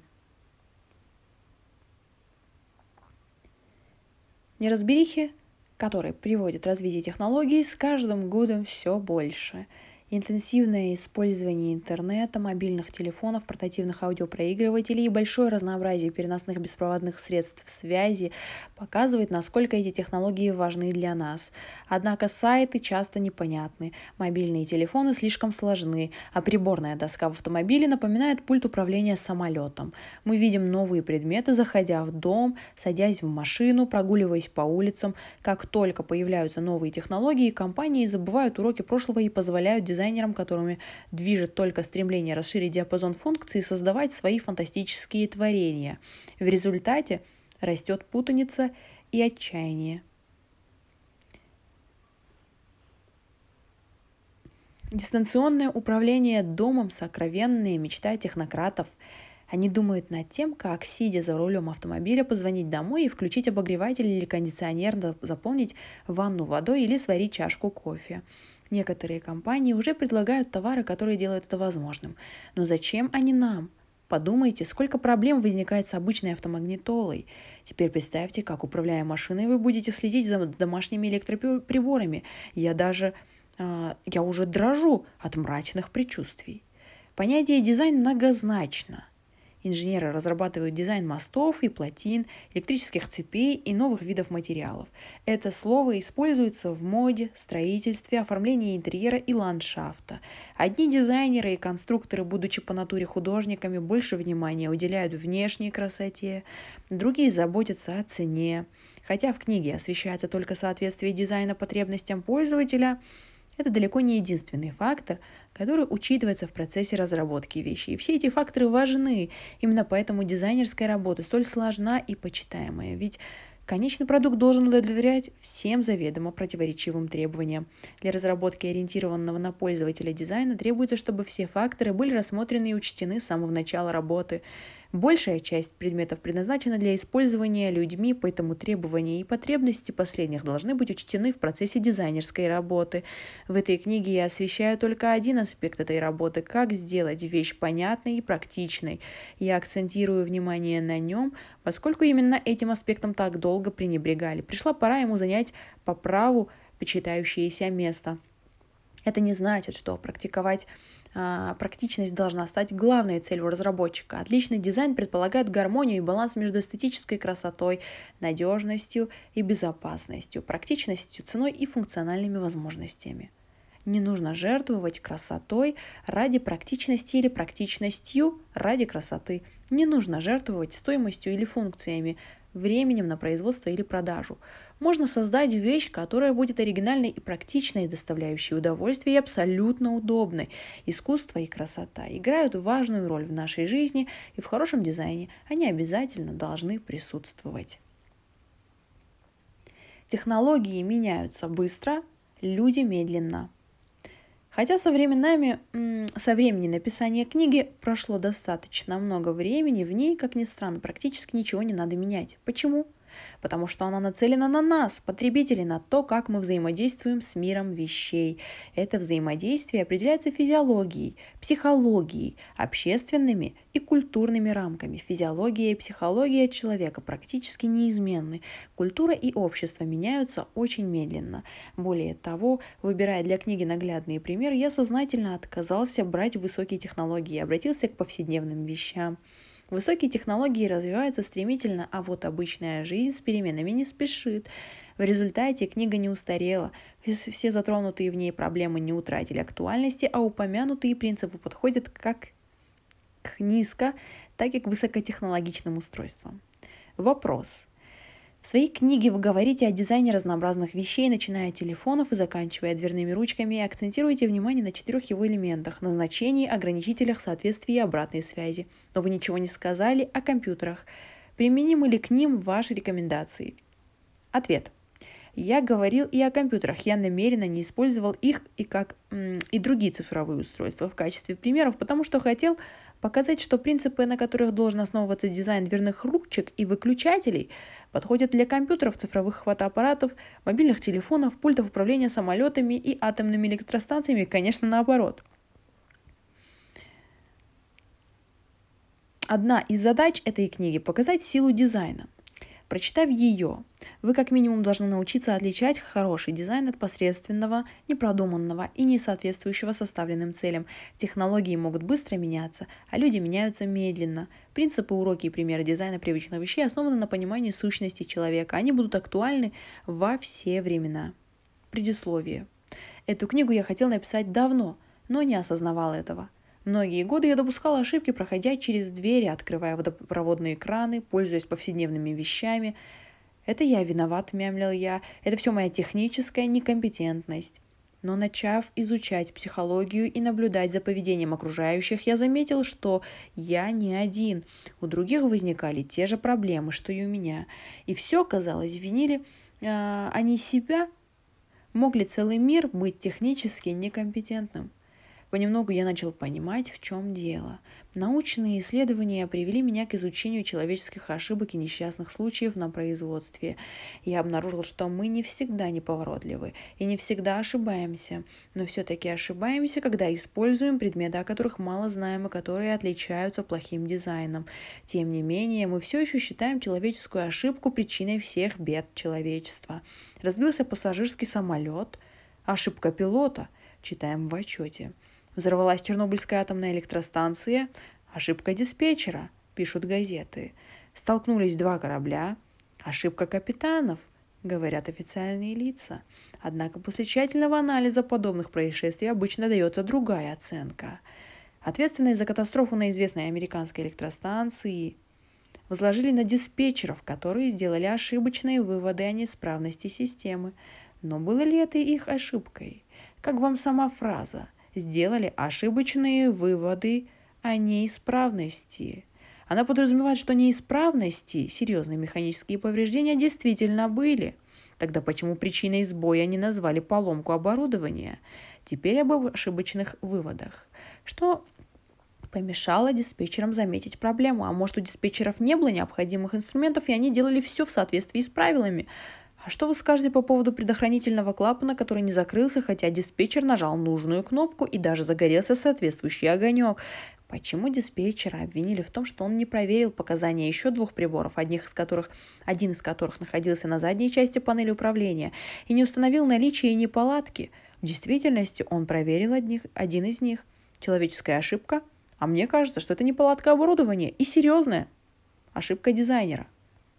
Неразберихи, который приводит развитие технологий, с каждым годом все больше. Интенсивное использование интернета, мобильных телефонов, портативных аудиопроигрывателей и большое разнообразие переносных беспроводных средств связи показывает, насколько эти технологии важны для нас. Однако сайты часто непонятны, мобильные телефоны слишком сложны, а приборная доска в автомобиле напоминает пульт управления самолетом. Мы видим новые предметы, заходя в дом, садясь в машину, прогуливаясь по улицам. Как только появляются новые технологии, компании забывают уроки прошлого и позволяют дизайнерам, которыми движет только стремление расширить диапазон функций и создавать свои фантастические творения. В результате растет путаница и отчаяние. Дистанционное управление домом – сокровенная мечта технократов. Они думают над тем, как, сидя за рулем автомобиля, позвонить домой и включить обогреватель или кондиционер, заполнить ванну водой или сварить чашку кофе. Некоторые компании уже предлагают товары, которые делают это возможным. Но зачем они нам? Подумайте, сколько проблем возникает с обычной автомагнитолой. Теперь представьте, как, управляя машиной, вы будете следить за домашними электроприборами. Я уже дрожу от мрачных предчувствий. Понятие дизайн многозначно. Инженеры разрабатывают дизайн мостов и плотин, электрических цепей и новых видов материалов. Это слово используется в моде, строительстве, оформлении интерьера и ландшафта. Одни дизайнеры и конструкторы, будучи по натуре художниками, больше внимания уделяют внешней красоте, другие заботятся о цене. Хотя в книге освещается только соответствие дизайна потребностям пользователя, это далеко не единственный фактор, который учитывается в процессе разработки вещи. И все эти факторы важны. Именно поэтому дизайнерская работа столь сложна и почитаемая. Ведь конечный продукт должен удовлетворять всем заведомо противоречивым требованиям. Для разработки ориентированного на пользователя дизайна требуется, чтобы все факторы были рассмотрены и учтены с самого начала работы. Большая часть предметов предназначена для использования людьми, поэтому требования и потребности последних должны быть учтены в процессе дизайнерской работы. В этой книге я освещаю только один аспект этой работы – как сделать вещь понятной и практичной. Я акцентирую внимание на нем, поскольку именно этим аспектом так долго пренебрегали. Пришла пора ему занять по праву почитающееся место. Это не значит, что практичность должна стать главной целью разработчика. Отличный дизайн предполагает гармонию и баланс между эстетической красотой, надежностью и безопасностью, практичностью, ценой и функциональными возможностями. Не нужно жертвовать красотой ради практичности или практичностью ради красоты. Не нужно жертвовать стоимостью или функциями, временем на производство или продажу. Можно создать вещь, которая будет оригинальной и практичной, доставляющей удовольствие и абсолютно удобной. Искусство и красота играют важную роль в нашей жизни, и в хорошем дизайне они обязательно должны присутствовать. Технологии меняются быстро, люди медленно. Хотя со времени написания книги прошло достаточно много времени, в ней, как ни странно, практически ничего не надо менять. Почему? потому что она нацелена на нас, потребителей, на то, как мы взаимодействуем с миром вещей. Это взаимодействие определяется физиологией, психологией, общественными и культурными рамками. Физиология и психология человека практически неизменны. Культура и общество меняются очень медленно. Более того, выбирая для книги наглядные примеры, я сознательно отказался брать высокие технологии и обратился к повседневным вещам. Высокие технологии развиваются стремительно, а вот обычная жизнь с переменами не спешит. В результате книга не устарела, все затронутые в ней проблемы не утратили актуальности, а упомянутые принципы подходят как к низко, так и к высокотехнологичным устройствам. Вопрос. В своей книге вы говорите о дизайне разнообразных вещей, начиная от телефонов и заканчивая дверными ручками, и акцентируете внимание на 4 его элементах – назначении, ограничителях, соответствии и обратной связи. Но вы ничего не сказали о компьютерах. Применимы ли к ним ваши рекомендации? Ответ. Я говорил и о компьютерах. Я намеренно не использовал их и другие цифровые устройства в качестве примеров, потому что хотел показать, что принципы, на которых должен основываться дизайн дверных ручек и выключателей, подходят для компьютеров, цифровых фотоаппаратов, мобильных телефонов, пультов управления самолетами и атомными электростанциями, конечно, наоборот. Одна из задач этой книги – показать силу дизайна. Прочитав ее, вы как минимум должны научиться отличать хороший дизайн от посредственного, непродуманного и не соответствующего составленным целям. Технологии могут быстро меняться, а люди меняются медленно. Принципы, уроки и примеры дизайна привычных вещей основаны на понимании сущности человека. Они будут актуальны во все времена. Предисловие. Эту книгу я хотел написать давно, но не осознавал этого. Многие годы я допускала ошибки, проходя через двери, открывая водопроводные краны, пользуясь повседневными вещами. Это я виноват, мямлил я. Это все моя техническая некомпетентность. Но начав изучать психологию и наблюдать за поведением окружающих, я заметил, что я не один. У других возникали те же проблемы, что и у меня. И все, казалось, винили они себя. Мог ли целый мир быть технически некомпетентным? Понемногу я начал понимать, в чем дело. Научные исследования привели меня к изучению человеческих ошибок и несчастных случаев на производстве. Я обнаружил, что мы не всегда неповоротливы и не всегда ошибаемся, но все-таки ошибаемся, когда используем предметы, о которых мало знаем и которые отличаются плохим дизайном. Тем не менее, мы все еще считаем человеческую ошибку причиной всех бед человечества. Разбился пассажирский самолет. Ошибка пилота. Читаем в отчете. Взорвалась Чернобыльская атомная электростанция. Ошибка диспетчера, пишут газеты. Столкнулись 2 корабля. Ошибка капитанов, говорят официальные лица. Однако после тщательного анализа подобных происшествий обычно дается другая оценка. Ответственность за катастрофу на известной американской электростанции возложили на диспетчеров, которые сделали ошибочные выводы о неисправности системы. Но было ли это их ошибкой? Как вам сама фраза «сделали ошибочные выводы о неисправности»? Она подразумевает, что неисправности, серьезные механические повреждения действительно были. Тогда почему причиной сбоя не назвали поломку оборудования? Теперь об ошибочных выводах. Что помешало диспетчерам заметить проблему? А может, у диспетчеров не было необходимых инструментов, и они делали все в соответствии с правилами? А что вы скажете по поводу предохранительного клапана, который не закрылся, хотя диспетчер нажал нужную кнопку и даже загорелся соответствующий огонек? Почему диспетчера обвинили в том, что он не проверил показания еще 2 приборов, один из которых находился на задней части панели управления, и не установил наличие неполадки? В действительности он проверил один из них. Человеческая ошибка? А мне кажется, что это неполадка оборудования и серьезная ошибка дизайнера.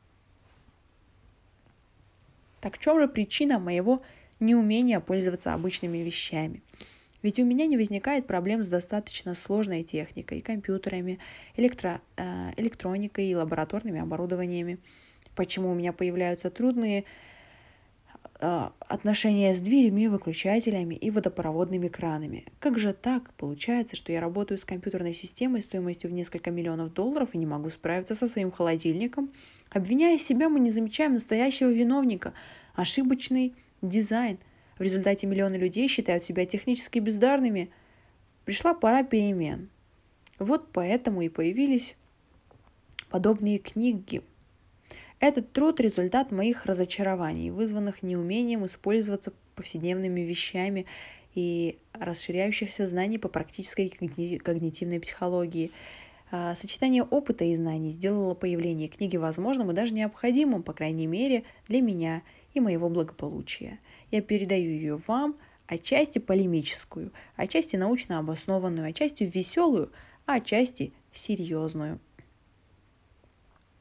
Так в чем же причина моего неумения пользоваться обычными вещами? Ведь у меня не возникает проблем с достаточно сложной техникой, компьютерами, электроникой и лабораторными оборудованиями. Почему у меня появляются трудные отношения с дверями, выключателями и водопроводными кранами? Как же так получается, что я работаю с компьютерной системой стоимостью в несколько миллионов долларов и не могу справиться со своим холодильником? Обвиняя себя, мы не замечаем настоящего виновника – ошибочный дизайн. В результате миллионы людей считают себя технически бездарными. Пришла пора перемен. Вот поэтому и появились подобные книги. Этот труд – результат моих разочарований, вызванных неумением использоваться повседневными вещами и расширяющихся знаний по практической когнитивной психологии. Сочетание опыта и знаний сделало появление книги возможным и даже необходимым, по крайней мере, для меня и моего благополучия. Я передаю ее вам, отчасти полемическую, отчасти научно обоснованную, отчасти веселую, а отчасти серьезную.